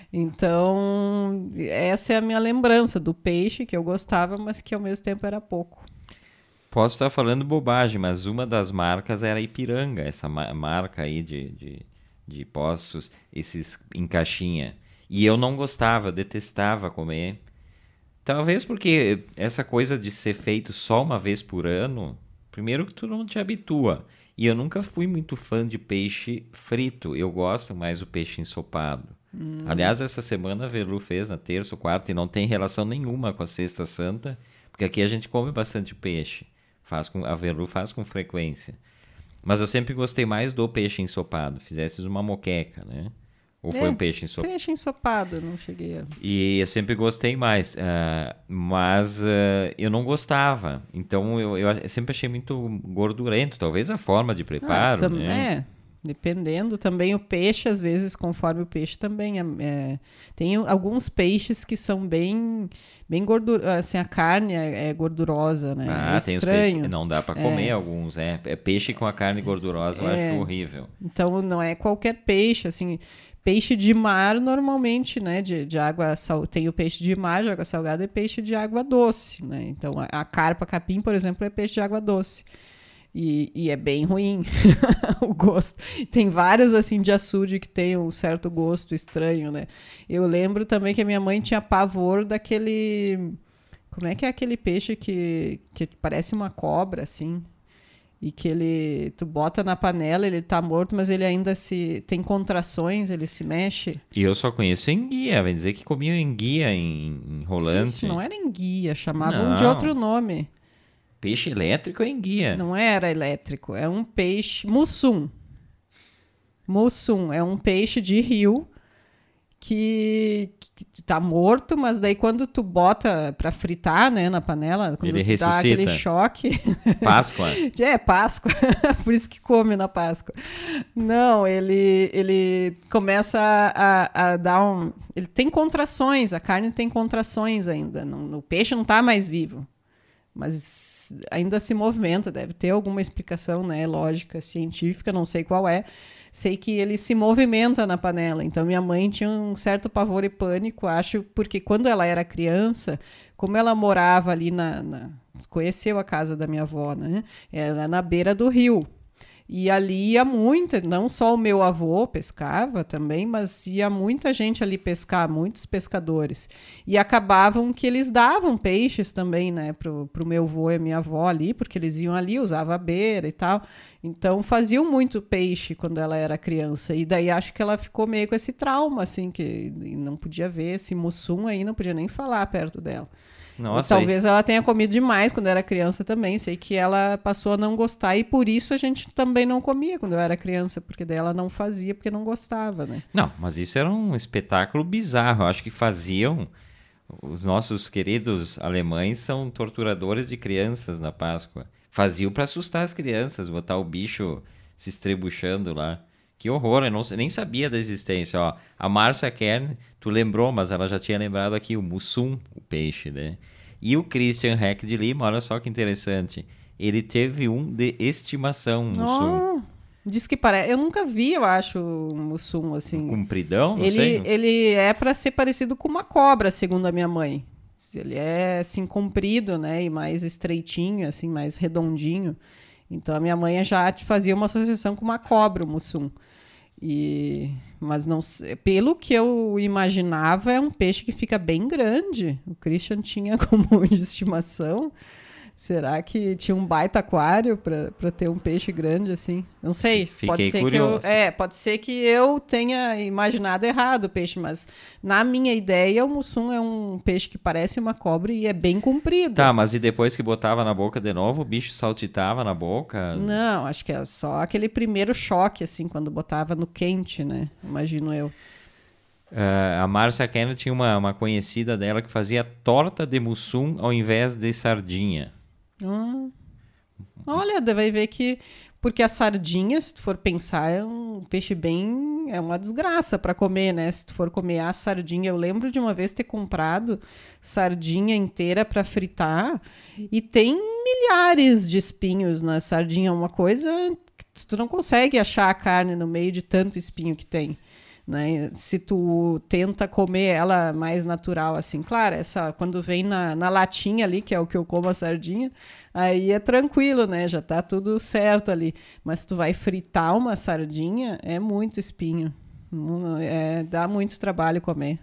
Então, essa é a minha lembrança do peixe que eu gostava, mas que ao mesmo tempo era pouco. Posso estar falando bobagem, mas uma das marcas era Ipiranga, essa ma- marca aí de, de, de postos, esses em caixinha. E eu não gostava, eu detestava comer. Talvez porque essa coisa de ser feito só uma vez por ano, primeiro que tu não te habitua. E eu nunca fui muito fã de peixe frito, eu gosto mais do peixe ensopado. Hum. Aliás, essa semana a Velu fez na terça ou quarta e não tem relação nenhuma com a Sexta Santa, porque aqui a gente come bastante peixe. Faz com, a Velu faz com frequência. Mas eu sempre gostei mais do peixe ensopado. Fizesses uma moqueca, né? Ou foi É, um peixe ensopado? Peixe ensopado, não cheguei a... E eu sempre gostei mais. Uh, mas uh, eu não gostava. Então eu, eu sempre achei muito gordurento. Talvez a forma de preparo, ah, tam- né? É, dependendo também o peixe, às vezes, conforme o peixe também. É, é, tem alguns peixes que são bem, bem gordurosos. Assim, a carne é, é gordurosa, né? Ah, é tem os estranho. peixes que não dá para comer É. alguns. É, é peixe com a carne gordurosa, eu É. acho horrível. Então, não é qualquer peixe, assim... Peixe de mar, normalmente, né, de, de água sal... tem o peixe de mar, de água salgada, e peixe de água doce, né? Então, a, a carpa capim, por exemplo, é peixe de água doce. E, e é bem ruim o gosto. Tem vários, assim, de açude que tem um certo gosto estranho, né? Eu lembro também que a minha mãe tinha pavor daquele... Como é que é aquele peixe que, que parece uma cobra, assim? E que ele, tu bota na panela, ele tá morto, mas ele ainda se tem contrações, ele se mexe. E eu só conheço enguia, vem dizer que comiam enguia em, em rolante. Sim, não era enguia, chamavam Não. de outro nome. Peixe elétrico é enguia. Não era elétrico, é um peixe mussum. Mussum é um peixe de rio que, que tá morto, mas daí quando tu bota pra fritar, né, na panela, quando ele dá aquele choque... Páscoa. É, Páscoa. Por isso que come na Páscoa. Não, ele, ele começa a, a dar um... Ele tem contrações, a carne tem contrações ainda. Não, o peixe não tá mais vivo. Mas ainda se movimenta, deve ter alguma explicação, né, lógica, científica, não sei qual é. Sei que ele se movimenta na panela. Então, minha mãe tinha um certo pavor e pânico, acho, porque quando ela era criança, como ela morava ali na... na conheceu a casa da minha avó, né? Era na beira do rio. E ali ia muita, não só o meu avô pescava também, mas ia muita gente ali pescar, muitos pescadores. E acabavam que eles davam peixes também, né, pro, pro meu avô e minha avó ali, porque eles iam ali, usavam a beira e tal. Então faziam muito peixe quando ela era criança. E daí acho que ela ficou meio com esse trauma, assim, que não podia ver esse mussum aí, não podia nem falar perto dela. Nossa, talvez aí... ela tenha comido demais quando era criança também. Sei que ela passou a não gostar e por isso a gente também não comia quando eu era criança, porque daí ela não fazia porque não gostava, né? Não, mas isso era um espetáculo bizarro. Eu acho que faziam... Os nossos queridos alemães são torturadores de crianças na Páscoa. Faziam para assustar as crianças, botar o bicho se estrebuchando lá. Que horror, eu não, nem sabia da existência. Ó, a Márcia Kern, tu lembrou, mas ela já tinha lembrado aqui, o mussum, o peixe, né? E o Christian Heck de Lima, olha só que interessante. Ele teve um de estimação, um mussum. Oh, diz que parece... Eu nunca vi, eu acho, um mussum assim. Um compridão, não ele, sei. Ele é para ser parecido com uma cobra, segundo a minha mãe. Ele é, assim, comprido, né? E mais estreitinho, assim, mais redondinho. Então, a minha mãe já fazia uma associação com uma cobra, o mussum. E, mas não, pelo que eu imaginava, é um peixe que fica bem grande. O Christian tinha como de estimação. Será que tinha um baita aquário para ter um peixe grande assim? Não sei. Fiquei pode ser curioso. que eu, é, pode ser que eu tenha imaginado errado o peixe, mas na minha ideia o mussum é um peixe que parece uma cobra e é bem comprido. Tá, mas e depois que botava na boca de novo, o bicho saltitava na boca? Não, acho que é só aquele primeiro choque assim quando botava no quente, né? Imagino eu. Uh, a Márcia Kern tinha uma, uma conhecida dela que fazia torta de mussum ao invés de sardinha. Hum. Olha, vai ver que... Porque a sardinha, se tu for pensar, é um peixe bem... É uma desgraça para comer, né? Se tu for comer a sardinha... Eu lembro de uma vez ter comprado sardinha inteira para fritar e tem milhares de espinhos na sardinha. Uma coisa que tu não consegue achar a carne no meio de tanto espinho que tem. Né? Se tu tenta comer ela mais natural, assim, claro, essa, quando vem na, na latinha ali, que é o que eu como a sardinha, aí é tranquilo, né? Já tá tudo certo ali. Mas se tu vai fritar uma sardinha, é muito espinho. É, dá muito trabalho comer.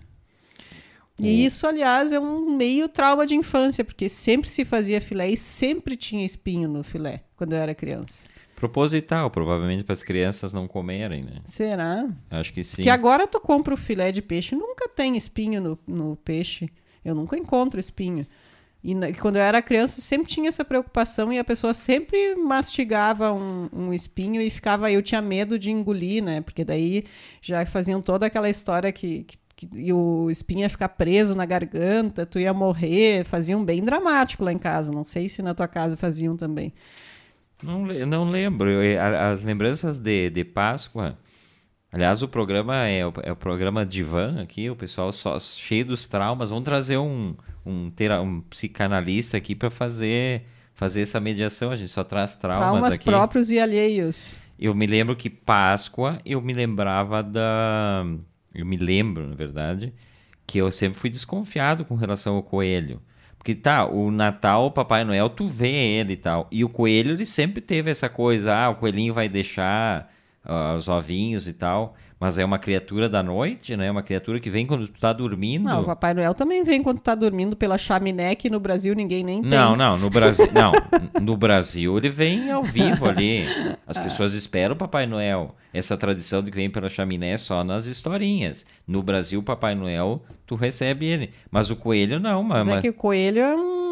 E isso, aliás, é um meio trauma de infância, porque sempre se fazia filé e sempre tinha espinho no filé, quando eu era criança. Proposital, provavelmente para as crianças não comerem, né? Será? Acho que sim. Que agora tu compra o filé de peixe, nunca tem espinho no, no peixe. Eu nunca encontro espinho. E na, quando eu era criança, sempre tinha essa preocupação e a pessoa sempre mastigava um, um espinho e ficava... Eu tinha medo de engolir, né? Porque daí já faziam toda aquela história que... que e o espinho ia ficar preso na garganta, tu ia morrer. Faziam bem dramático lá em casa. Não sei se na tua casa faziam também. Não, não lembro. Eu, as lembranças de, de Páscoa... Aliás, o programa é o, é o programa Divan aqui, o pessoal só, cheio dos traumas. Vamos trazer um, um, tera, um psicanalista aqui para fazer, fazer essa mediação. A gente só traz traumas, traumas aqui. Traumas próprios e alheios. Eu me lembro que Páscoa, eu me lembrava da... Eu me lembro, na verdade, que eu sempre fui desconfiado com relação ao coelho. Porque tá, o Natal, o Papai Noel, tu vê ele e tal. E o coelho, ele sempre teve essa coisa, ah, o coelhinho vai deixar uh, os ovinhos e tal. Mas é uma criatura da noite, né? Uma criatura que vem quando tu tá dormindo. Não, o Papai Noel também vem quando tu tá dormindo pela chaminé, que no Brasil ninguém nem tem. Não, não, no Brasil, não, no Brasil ele vem ao vivo ali. As pessoas esperam o Papai Noel. Essa tradição de que vem pela chaminé é só nas historinhas. No Brasil, o Papai Noel, tu recebe ele. Mas o coelho não, mas mas é que o coelho é um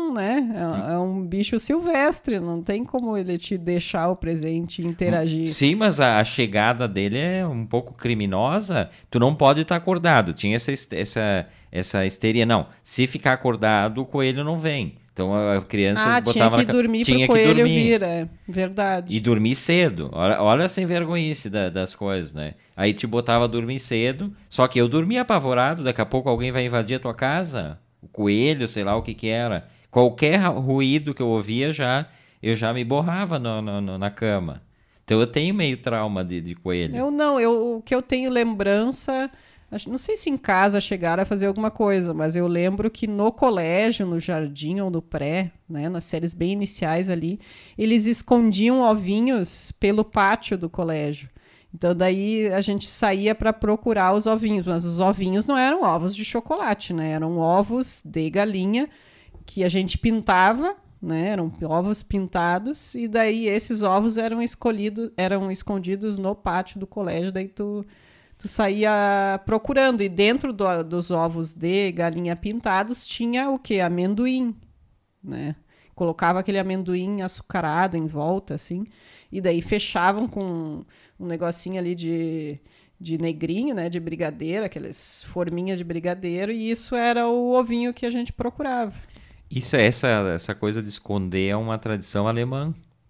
um, né? É, é um bicho silvestre, não tem como ele te deixar o presente e interagir. Sim, mas a, a chegada dele é um pouco criminosa. Tu não pode estar acordado. Tinha essa, his- essa, essa histeria. Não, se ficar acordado, o coelho não vem. Então a criança Ah, tinha botava que na ca- dormir tinha pro que coelho dormir. vir, é verdade. E dormir cedo. Olha, olha a sem vergonhice da- das coisas, né? Aí te botava a dormir cedo. Só que eu dormia apavorado. Daqui a pouco alguém vai invadir a tua casa. O coelho, sei lá o que que era. Qualquer ra- ruído que eu ouvia, já, eu já me borrava no- no- no- na cama. Então eu tenho meio trauma de, de coelho. Eu não, eu, o que eu tenho lembrança, acho- não sei se em casa chegaram a fazer alguma coisa, mas eu lembro que no colégio, no jardim ou no pré, né, nas séries bem iniciais ali, eles escondiam ovinhos pelo pátio do colégio. Então daí a gente saía para procurar os ovinhos, mas os ovinhos não eram ovos de chocolate, né? Eram ovos de galinha que a gente pintava, né? Eram ovos pintados e daí esses ovos eram escolhidos, eram escondidos no pátio do colégio, daí tu tu saía procurando e dentro do- dos ovos de galinha pintados tinha o quê? Amendoim, né? Colocava aquele amendoim açucarado em volta, assim, e daí fechavam com um negocinho ali de, de negrinho, né? De brigadeiro, aquelas forminhas de brigadeiro, e isso era o ovinho que a gente procurava. Isso, essa, essa coisa de esconder é uma tradição alemã.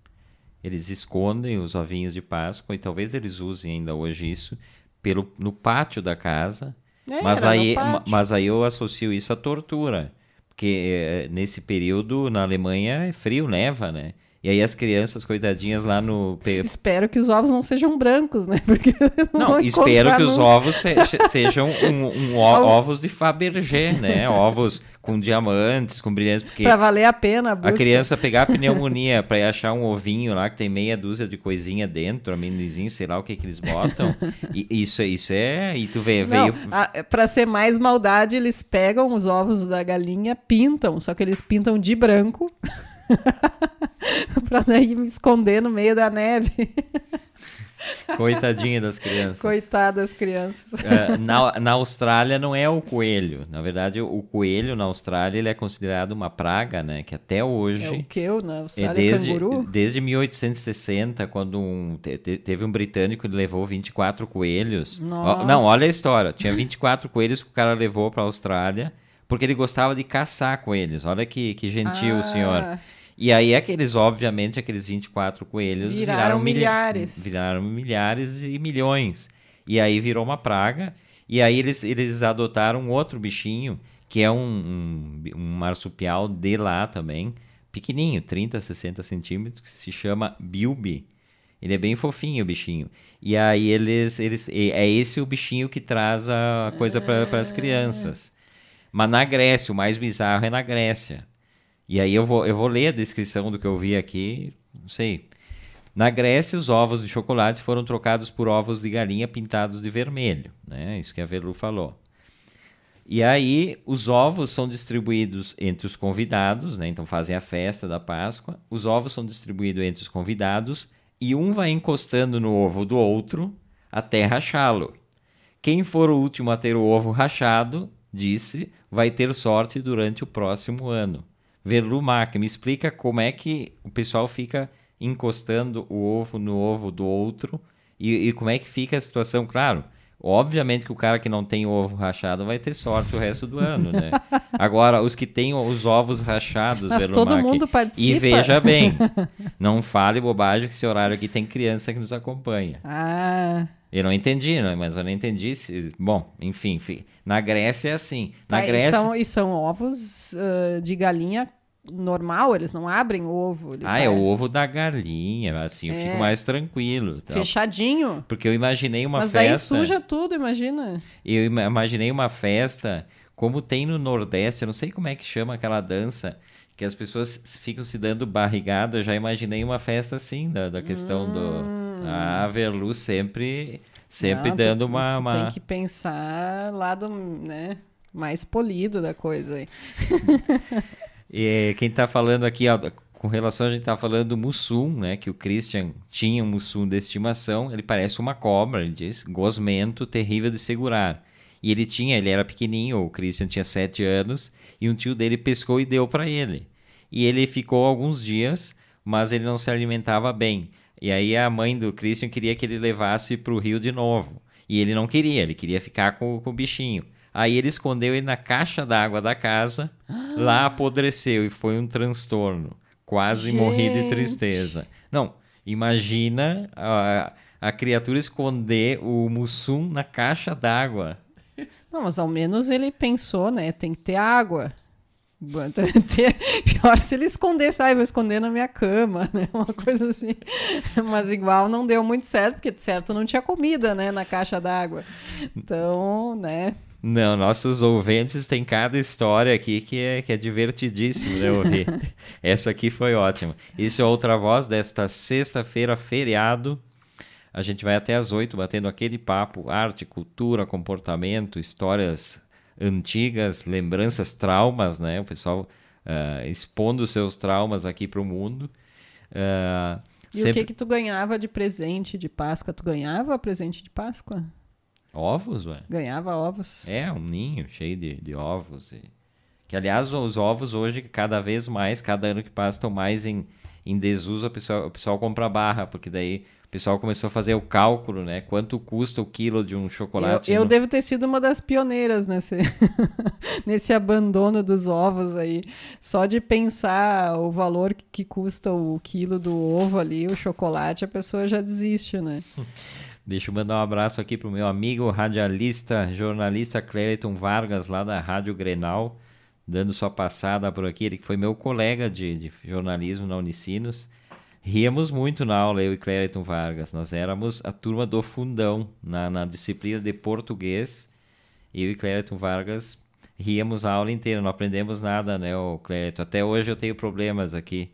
Eles escondem os ovinhos de Páscoa e talvez eles usem ainda hoje isso pelo, no pátio da casa. É, Mas era no aí, ma- pátio. mas aí eu associo isso à tortura. Porque eh, nesse período na Alemanha é frio, neva, né? E aí as crianças, coitadinhas lá no... pe- Espero que os ovos não sejam brancos, né? Porque não, Não, vou espero encontrar que os nunca. ovos se- se- sejam um, um o- ovos de Fabergé, né? Ovos com diamantes, com brilhantes, porque Pra valer a pena a a busca. criança pegar a pneumonia pra ir achar um ovinho lá que tem meia dúzia de coisinha dentro, amendoinzinho, sei lá o que que eles botam. E isso, isso é... E tu vê, Não, veio... a- pra ser mais maldade, eles pegam os ovos da galinha, pintam, só que eles pintam de branco. Pra daí me esconder no meio da neve. Coitadinha das crianças. Coitadas crianças. É, na, na Austrália não é o coelho. Na verdade, o coelho na Austrália ele é considerado uma praga, né? Que até É o hoje... que eu na É Austrália, desde, canguru? desde mil oitocentos e sessenta, quando um, te- te- teve um britânico que levou vinte e quatro coelhos. Ó, Nossa. não, olha a história. Tinha vinte e quatro coelhos que o cara levou para a Austrália porque ele gostava de caçar coelhos. Olha que, que gentil Ah. o senhor. E aí aqueles, obviamente, aqueles vinte e quatro coelhos Viraram viraram, milha- milhares. Viraram milhares e milhões. E aí virou uma praga. E aí eles, eles adotaram um outro bichinho, que é um, um, um marsupial de lá também, pequenininho, trinta, sessenta centímetros, que se chama Bilby. Ele é bem fofinho, o bichinho. E aí eles, eles e- é esse o bichinho que traz a coisa para as crianças. Mas na Grécia, o mais bizarro é na Grécia. E aí eu vou, eu vou ler a descrição do que eu vi aqui, não sei. Na Grécia, os ovos de chocolate foram trocados por ovos de galinha pintados de vermelho, né? Isso que a Velu falou. E aí, os ovos são distribuídos entre os convidados, né? Então fazem a festa da Páscoa. Os ovos são distribuídos entre os convidados e um vai encostando no ovo do outro até rachá-lo. Quem for o último a ter o ovo rachado, disse, vai ter sorte durante o próximo ano. Verlumac, me explica como é que o pessoal fica encostando o ovo no ovo do outro e, e como é que fica a situação. Claro, obviamente que o cara que não tem o ovo rachado vai ter sorte o resto do ano, né? Agora, os que têm os ovos rachados, Mas todo Verlumac, mundo participa. e veja bem, não fale bobagem que esse horário aqui tem criança que nos acompanha. Ah, Eu não entendi, né? Mas eu não entendi. Se... Bom, enfim, fi- na Grécia é assim. Na tá, e, Grécia... são, e são ovos ah, de galinha normal, eles não abrem o ovo. ele Ah, tá é o ovo da galinha, assim, eu É. fico mais tranquilo. Tal. fechadinho. Porque eu imaginei uma Mas daí festa... suja tudo, imagina. Eu ima- imaginei uma festa, como tem no Nordeste, eu não sei como é que chama aquela dança, que as pessoas ficam se dando barrigada, eu já imaginei uma festa assim, da, da questão do... A Verlu sempre, sempre Não, tu- dando uma... tu uma... tem que pensar lado, né, mais polido da coisa aí. E quem tá falando aqui, ó, com relação a gente tá falando do Mussum, né? Que o Christian tinha um Mussum de estimação. Ele parece uma cobra, ele diz, gosmento, terrível de segurar. E ele tinha, ele era pequenininho, o Christian tinha sete anos, e um tio dele pescou e deu para ele. e ele ficou alguns dias, mas ele não se alimentava bem. E aí a mãe do Christian queria que ele levasse para o rio de novo. E ele não queria, ele queria ficar com, com o bichinho. Aí ele escondeu ele na caixa d'água da casa, lá apodreceu e foi um transtorno. Quase Gente. morri de tristeza. Não, imagina a, a criatura esconder o Mussum na caixa d'água. Não, mas ao menos ele pensou, né? Tem que ter água. Pior se ele escondesse, ah, eu vou esconder na minha cama, né? Uma coisa assim. Mas igual não deu muito certo, porque de certo não tinha comida, né? Na caixa d'água. Então, né? Não, nossos ouvintes têm cada história aqui que é, que é divertidíssimo de ouvir. Essa aqui foi ótima. Isso é Outra Voz desta sexta-feira, feriado. A gente vai até às oito batendo aquele papo, arte, cultura, comportamento, histórias antigas, lembranças, traumas, né? O pessoal uh, expondo os seus traumas aqui para o mundo. Uh, e sempre... o que que tu ganhava de presente de Páscoa? Tu ganhava presente de Páscoa? Ovos, ué. Ganhava ovos. É, um ninho cheio de, de ovos. E... Que, aliás, os ovos hoje, cada vez mais, cada ano que passa, estão mais em, em desuso. O pessoal, o pessoal compra barra, porque daí o pessoal começou a fazer o cálculo, né? Quanto custa o quilo de um chocolate? Eu, eu no... devo ter sido uma das pioneiras nesse, nesse abandono dos ovos aí. Só de pensar o valor que custa o quilo do ovo ali, o chocolate, a pessoa já desiste, né? Deixa eu mandar um abraço aqui pro meu amigo radialista, jornalista Clériton Vargas, lá da Rádio Grenal, dando sua passada por aqui. Ele que foi meu colega de, de jornalismo na Unicinos. Ríamos muito na aula, eu e Clériton Vargas. Nós éramos a turma do fundão, na, na disciplina de português. Eu e Clériton Vargas ríamos a aula inteira, não aprendemos nada, né, o Clériton? Até hoje eu tenho problemas aqui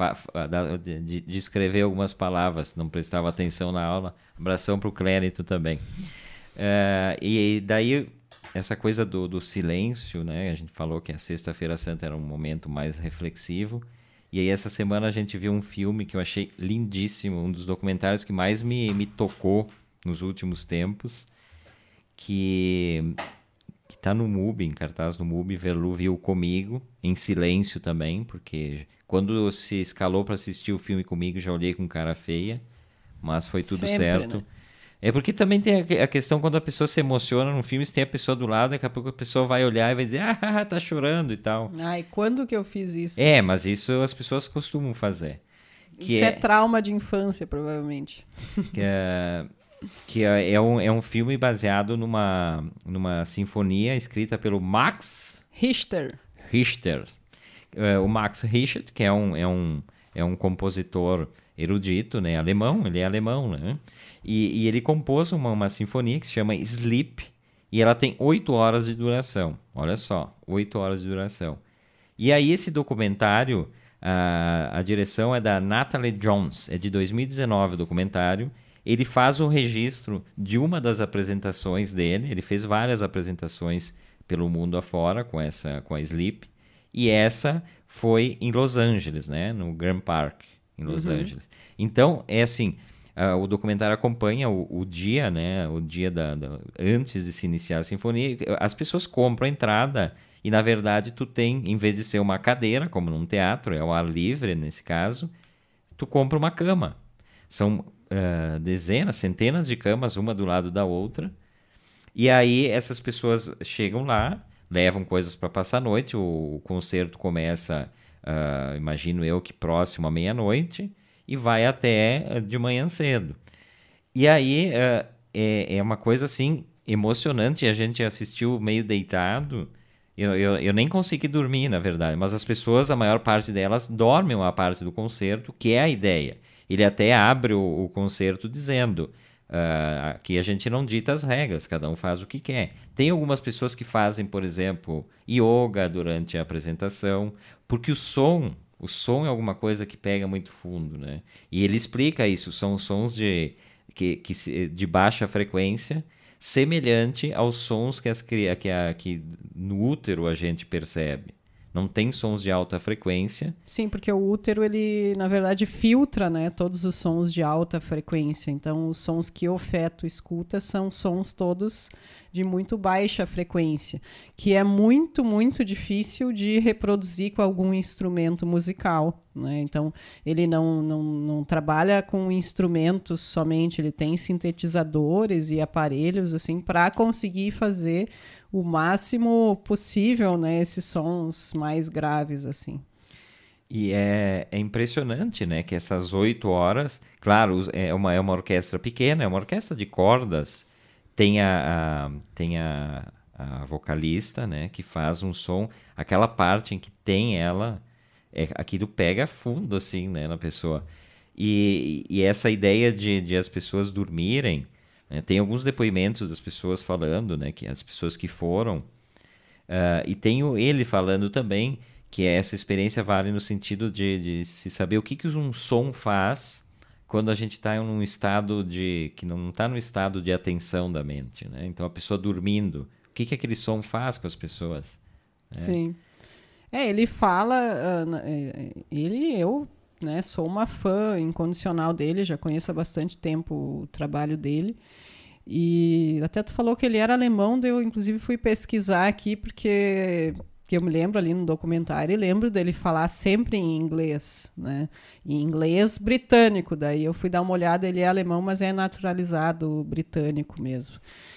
de, de escrever algumas palavras, não prestava atenção na aula. Abração para o Clérito também. Uh, e daí, essa coisa do, do silêncio, né? A gente falou que a Sexta-feira Santa era um momento mais reflexivo. E aí, essa semana, a gente viu um filme que eu achei lindíssimo, um dos documentários que mais me, me tocou nos últimos tempos, que que está no MUBI, em cartaz no MUBI. Verlu viu comigo, em silêncio também, porque quando se escalou para assistir o filme comigo, já olhei com cara feia, mas foi tudo Sempre, certo. né? É porque também tem a questão, quando a pessoa se emociona num filme, se tem a pessoa do lado, daqui a pouco a pessoa vai olhar e vai dizer, ah, tá chorando e tal. Ai, quando que eu fiz isso? É, mas isso as pessoas costumam fazer. Que isso é... é trauma de infância, provavelmente. Que é... que é, é, um, é um filme baseado numa, numa sinfonia escrita pelo Max Richter. Richter. É, o Max Richter, que é um, é um, é um compositor erudito, né, alemão, ele é alemão, né? E, e ele compôs uma, uma sinfonia que se chama Sleep, e ela tem oito horas de duração. Olha só, oito horas de duração. E aí esse documentário, a, a direção é da Natalie Jones, é de dois mil e dezenove o documentário. Ele faz o registro de uma das apresentações dele. Ele fez várias apresentações pelo mundo afora com, essa, com a Sleep. E essa foi em Los Angeles, né? No Grand Park, em Los uhum. Angeles. Então, é assim, uh, o documentário acompanha o, o dia, né? O dia da, da, antes de se iniciar a sinfonia. As pessoas compram a entrada e, na verdade, tu tem, em vez de ser uma cadeira, como num teatro, é ao ar livre nesse caso, tu compra uma cama. São... Uh, dezenas, centenas de camas, uma do lado da outra. E aí essas pessoas chegam lá, levam coisas para passar a noite. O, o concerto começa, uh, imagino eu, que próximo à meia-noite, e vai até de manhã cedo. E aí uh, é, é uma coisa assim emocionante. A gente assistiu meio deitado. Eu, eu, eu nem consegui dormir, na verdade, mas as pessoas, a maior parte delas, dormem uma parte do concerto, que é a ideia. Ele até abre o, o concerto dizendo uh, que a gente não dita as regras, cada um faz o que quer. Tem algumas pessoas que fazem, por exemplo, yoga durante a apresentação, porque o som, o som é alguma coisa que pega muito fundo, né? E ele explica isso, são sons de, que, que, de baixa frequência, semelhante aos sons que, as, que, a, que no útero a gente percebe. não tem sons de alta frequência. Sim, porque o útero, ele, na verdade, filtra, né, todos os sons de alta frequência. Então, os sons que o feto escuta são sons todos de muito baixa frequência, que é muito, muito difícil de reproduzir com algum instrumento musical, né? Então, ele não, não, não trabalha com instrumentos somente, ele tem sintetizadores e aparelhos assim, para conseguir fazer o máximo possível, né, esses sons mais graves, assim. E é, é impressionante, né, que essas oito horas, claro, é uma, é uma orquestra pequena, é uma orquestra de cordas, tem a, a, tem a, a vocalista, né, que faz um som, aquela parte em que tem ela, é, aquilo pega fundo, assim, né, na pessoa. E, e essa ideia de, de as pessoas dormirem, né, tem alguns depoimentos das pessoas falando, né, que as pessoas que foram, uh, e tem o, ele falando também que essa experiência vale no sentido de, de se saber o que, que um som faz quando a gente está em um estado de... que não está no estado de atenção da mente, né? Então, a pessoa dormindo, o que, que aquele som faz com as pessoas? Né? Sim. É, ele fala... Uh, ele, eu, né, sou uma fã incondicional dele, já conheço há bastante tempo o trabalho dele. E até tu falou que ele era alemão, eu inclusive fui pesquisar aqui, porque... que eu me lembro ali no documentário, e lembro dele falar sempre em inglês, né? Em inglês britânico, daí eu fui dar uma olhada, ele é alemão, mas é naturalizado britânico mesmo.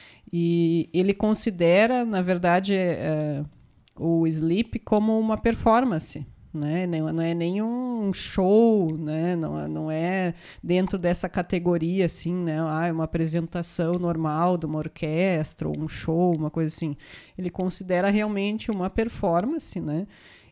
E ele considera, na verdade, é, o Sleep como uma performance, né? Não, não é nenhum show, né? Não, não é dentro dessa categoria assim, né? Ah, é uma apresentação normal de uma orquestra ou um show, uma coisa assim. Ele considera realmente uma performance, né?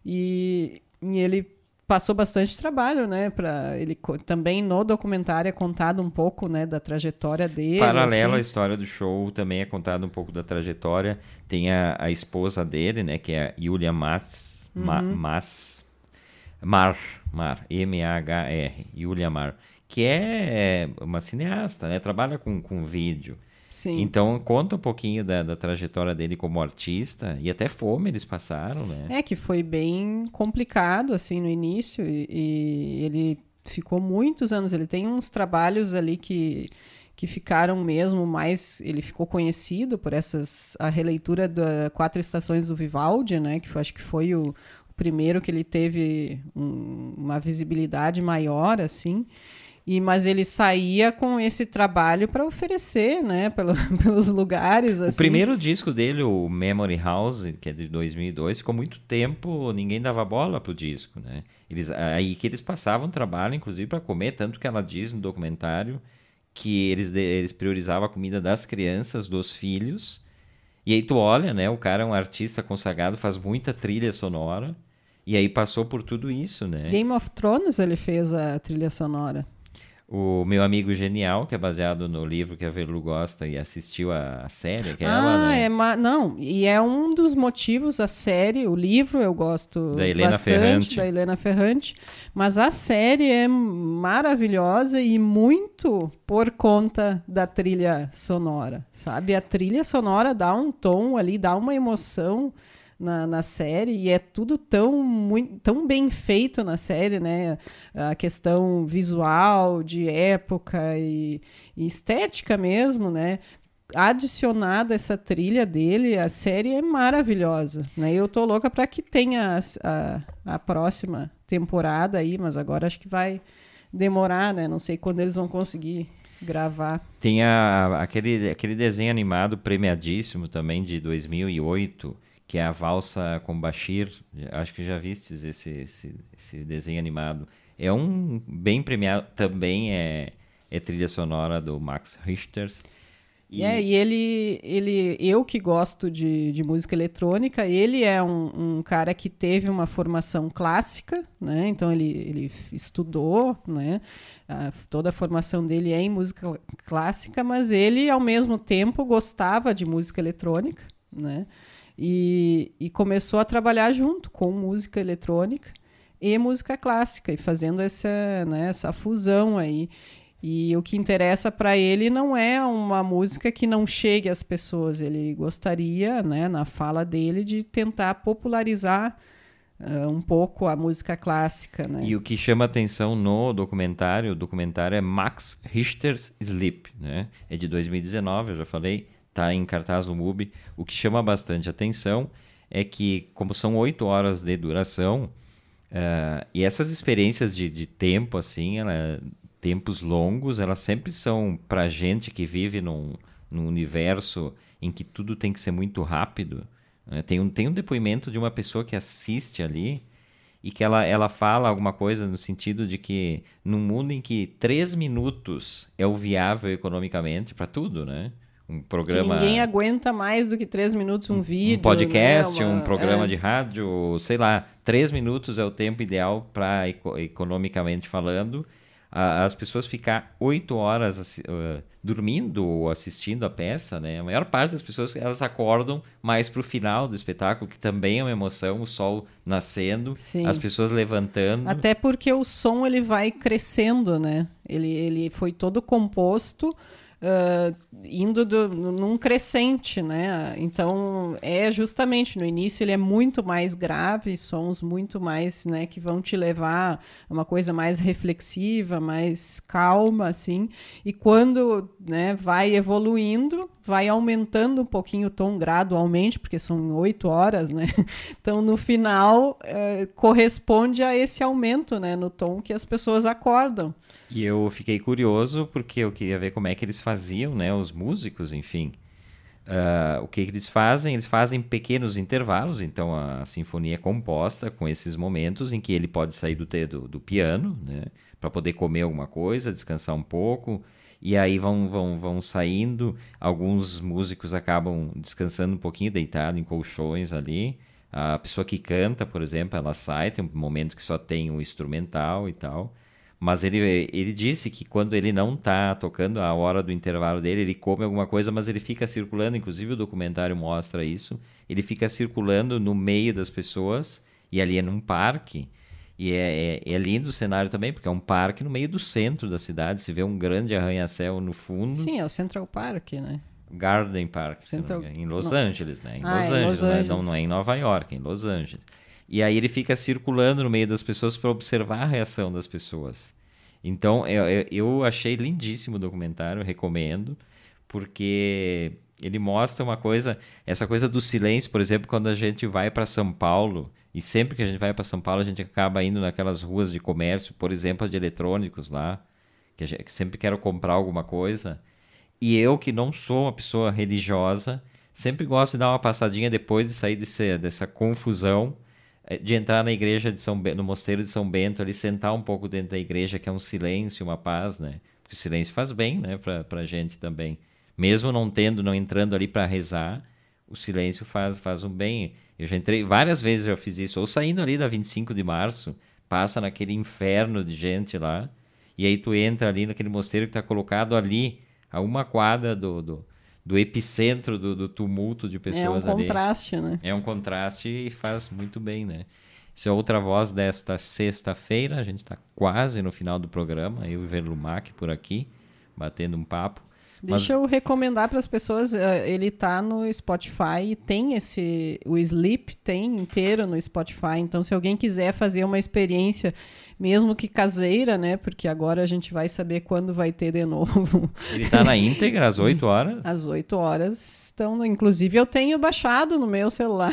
E, e ele passou bastante trabalho, né? Para ele também no documentário é contado um pouco, né, da trajetória dele. Paralela assim. à história do show, também é contado um pouco da trajetória. Tem a, a esposa dele, né? Que é a Julia Mas, Uhum. Ma, Mas Mar, Mar, M A H R, Julia Mar, que é uma cineasta, né? Trabalha com, com vídeo. Sim. Então, conta um pouquinho da, da trajetória dele como artista, e até fome eles passaram, né? É que foi bem complicado, assim, no início, e, e ele ficou muitos anos, ele tem uns trabalhos ali que, que ficaram mesmo mais, ele ficou conhecido por essas, a releitura da Quatro Estações do Vivaldi, né? Que foi, acho que foi o primeiro que ele teve um, uma visibilidade maior, assim, e, mas ele saía com esse trabalho para oferecer, né, pelo, pelos lugares. Assim. O primeiro disco dele, o Memory House, que é de dois mil e dois, ficou muito tempo, ninguém dava bola pro disco, né? Eles, aí que eles passavam trabalho, inclusive, para comer, tanto que ela diz no documentário que eles, eles priorizavam a comida das crianças, dos filhos, e aí tu olha, né, o cara é um artista consagrado, faz muita trilha sonora, e aí passou por tudo isso, né? Game of Thrones ele fez a trilha sonora. O Meu Amigo Genial, que é baseado no livro que a Velu gosta e assistiu a, a série, que é ah, ela, né? é ma... não, e é um dos motivos, a série, o livro eu gosto Da Helena bastante, Ferrante. da Helena Ferrante, mas a série é maravilhosa e muito por conta da trilha sonora, sabe? A trilha sonora dá um tom ali, dá uma emoção Na, na série, e é tudo tão, muito, tão bem feito na série, né? A questão visual, de época e, e estética mesmo, né? Adicionada essa trilha dele, a série é maravilhosa, né? Eu tô louca para que tenha a, a, a próxima temporada aí, mas agora acho que vai demorar, né? Não sei quando eles vão conseguir gravar. Tem a, aquele, aquele desenho animado premiadíssimo também de dois mil e oito, que é a Valsa com Bashir. Acho que já vistes esse, esse, esse desenho animado. É um bem premiado, também é, é trilha sonora do Max Richter. E... É, e ele, ele, eu que gosto de, de música eletrônica, ele é um, um cara que teve uma formação clássica, né? Então ele, ele estudou, né? A, toda a formação dele é em música clássica, mas ele, ao mesmo tempo, gostava de música eletrônica, né? E, e começou a trabalhar junto com música eletrônica e música clássica, e fazendo essa, né, essa fusão aí. E o que interessa para ele não é uma música que não chegue às pessoas, ele gostaria, né, na fala dele, de tentar popularizar uh, um pouco a música clássica, né? E o que chama atenção no documentário, o documentário é Max Richter's Sleep, né? É de dois mil e dezenove, eu já falei, tá em cartaz no MUBI. O que chama bastante atenção é que, como são oito horas de duração, uh, e essas experiências de, de tempo, assim, ela, tempos longos, elas sempre são pra gente que vive num, num universo em que tudo tem que ser muito rápido. Né? Tem, um, tem um depoimento de uma pessoa que assiste ali e que ela, ela fala alguma coisa no sentido de que num mundo em que três minutos é o viável economicamente para tudo, né? Um programa... Que ninguém aguenta mais do que três minutos um vídeo. Um podcast, né? Uma... um programa é. de rádio, sei lá. Três minutos é o tempo ideal para, economicamente falando, a, as pessoas ficar oito horas uh, dormindo ou assistindo a peça, né? A maior parte das pessoas, elas acordam mais para o final do espetáculo, que também é uma emoção, o sol nascendo, Sim. as pessoas levantando. Até porque o som ele vai crescendo, né? Ele, ele foi todo composto... Uh, indo do, num crescente, né? Então, é justamente no início ele é muito mais grave, sons muito mais, né, que vão te levar a uma coisa mais reflexiva, mais calma, assim. E quando, né, vai evoluindo, vai aumentando um pouquinho o tom gradualmente, porque são oito horas, né? Então, no final, uh, corresponde a esse aumento, né, no tom que as pessoas acordam. E eu fiquei curioso porque eu queria ver como é que eles faziam, né, os músicos, enfim. Uh, o que, que eles fazem? Eles fazem pequenos intervalos, então a sinfonia é composta com esses momentos em que ele pode sair do, do, do piano, né, para poder comer alguma coisa, descansar um pouco, e aí vão, vão, vão saindo. Alguns músicos acabam descansando um pouquinho, deitado em colchões ali. A pessoa que canta, por exemplo, ela sai, tem um momento que só tem um instrumental e tal. Mas ele, ele disse que quando ele não está tocando, a hora do intervalo dele, ele come alguma coisa, mas ele fica circulando, inclusive o documentário mostra isso, ele fica circulando no meio das pessoas, e ali é num parque, e é, é, é lindo o cenário também, porque é um parque no meio do centro da cidade, se vê um grande arranha-céu no fundo. Sim, é o Central Park, né? Garden Park, Central... em Los não. Angeles, né? Em ah, Los em Angeles, Los né? Angeles. Não, não é em Nova York, é em Los Angeles. E aí ele fica circulando no meio das pessoas para observar a reação das pessoas. Então, eu, eu achei lindíssimo o documentário, recomendo, porque ele mostra uma coisa, essa coisa do silêncio, por exemplo, quando a gente vai para São Paulo, e sempre que a gente vai para São Paulo, a gente acaba indo naquelas ruas de comércio, por exemplo, de eletrônicos lá, que, a gente, que sempre quero comprar alguma coisa, e eu, que não sou uma pessoa religiosa, sempre gosto de dar uma passadinha depois de sair desse, dessa confusão, de entrar na igreja de São Bento, no mosteiro de São Bento, ali sentar um pouco dentro da igreja, que é um silêncio, uma paz, né? Porque o silêncio faz bem, né, pra, pra gente também. Mesmo não tendo, não entrando ali para rezar, o silêncio faz, faz um bem. Eu já entrei, várias vezes eu já fiz isso, ou saindo ali da vinte e cinco de março, passa naquele inferno de gente lá, e aí tu entra ali naquele mosteiro que está colocado ali, a uma quadra do... do do epicentro do, do tumulto de pessoas ali. É um contraste, ali. né? É um contraste e faz muito bem, né? Essa é outra voz desta sexta-feira, a gente está quase no final do programa, eu e Verlumac por aqui, batendo um papo. Deixa Mas... eu recomendar para as pessoas, ele tá no Spotify e tem esse, o Sleep tem inteiro no Spotify, então se alguém quiser fazer uma experiência, mesmo que caseira, né, porque agora a gente vai saber quando vai ter de novo. Ele tá na íntegra, às oito horas? Às oito horas, então, inclusive eu tenho baixado no meu celular,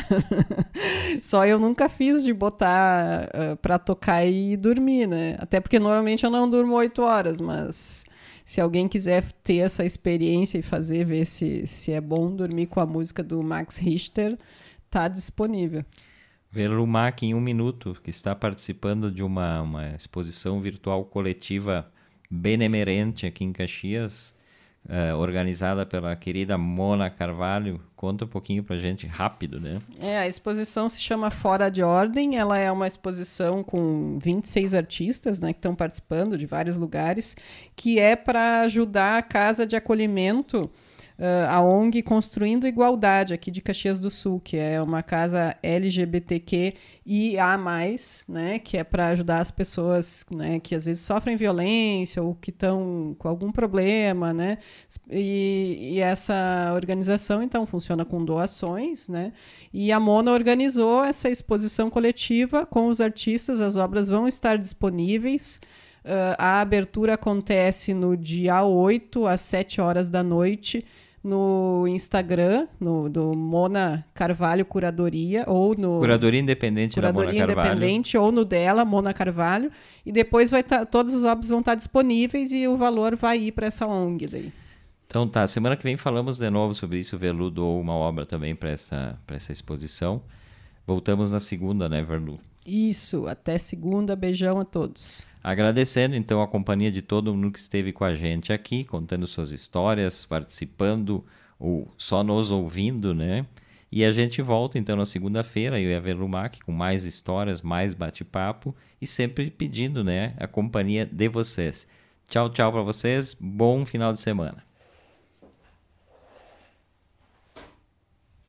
só eu nunca fiz de botar uh, para tocar e dormir, né, até porque normalmente eu não durmo oito horas, mas... Se alguém quiser ter essa experiência e fazer, ver se, se é bom dormir com a música do Max Richter, tá disponível. Verlumac, em um minuto, que está participando de uma, uma exposição virtual coletiva benemerente aqui em Caxias, uh, organizada pela querida Mona Carvalho. Conta um pouquinho pra gente, rápido, né? É, a exposição se chama Fora de Ordem, ela é uma exposição com vinte e seis artistas, né, que estão participando de vários lugares, que é para ajudar a Casa de Acolhimento uh, a O N G Construindo Igualdade, aqui de Caxias do Sul, que é uma casa L G B T Q I A mais, né, que é para ajudar as pessoas, né, que às vezes sofrem violência ou que estão com algum problema, né, e, e essa organização, então, funciona com doações, né, e a Mona organizou essa exposição coletiva com os artistas, as obras vão estar disponíveis. Uh, a abertura acontece no dia oito, às sete horas da noite, no Instagram, no, do Mona Carvalho Curadoria, ou no... Curadoria Independente Curadoria da Mona Carvalho. Independente, ou no dela, Mona Carvalho, e depois vai tá, todas as obras vão estar disponíveis e o valor vai ir para essa O N G daí. Então tá, semana que vem falamos de novo sobre isso, o Verlu doou uma obra também para essa, para essa exposição. Voltamos na segunda, né, Verlu? Isso, até segunda, beijão a todos. Agradecendo, então, a companhia de todo mundo que esteve com a gente aqui, contando suas histórias, participando ou só nos ouvindo, né? E a gente volta, então, na segunda-feira, eu e a Verlumac, com mais histórias, mais bate-papo e sempre pedindo, né, a companhia de vocês. Tchau, tchau para vocês. Bom final de semana.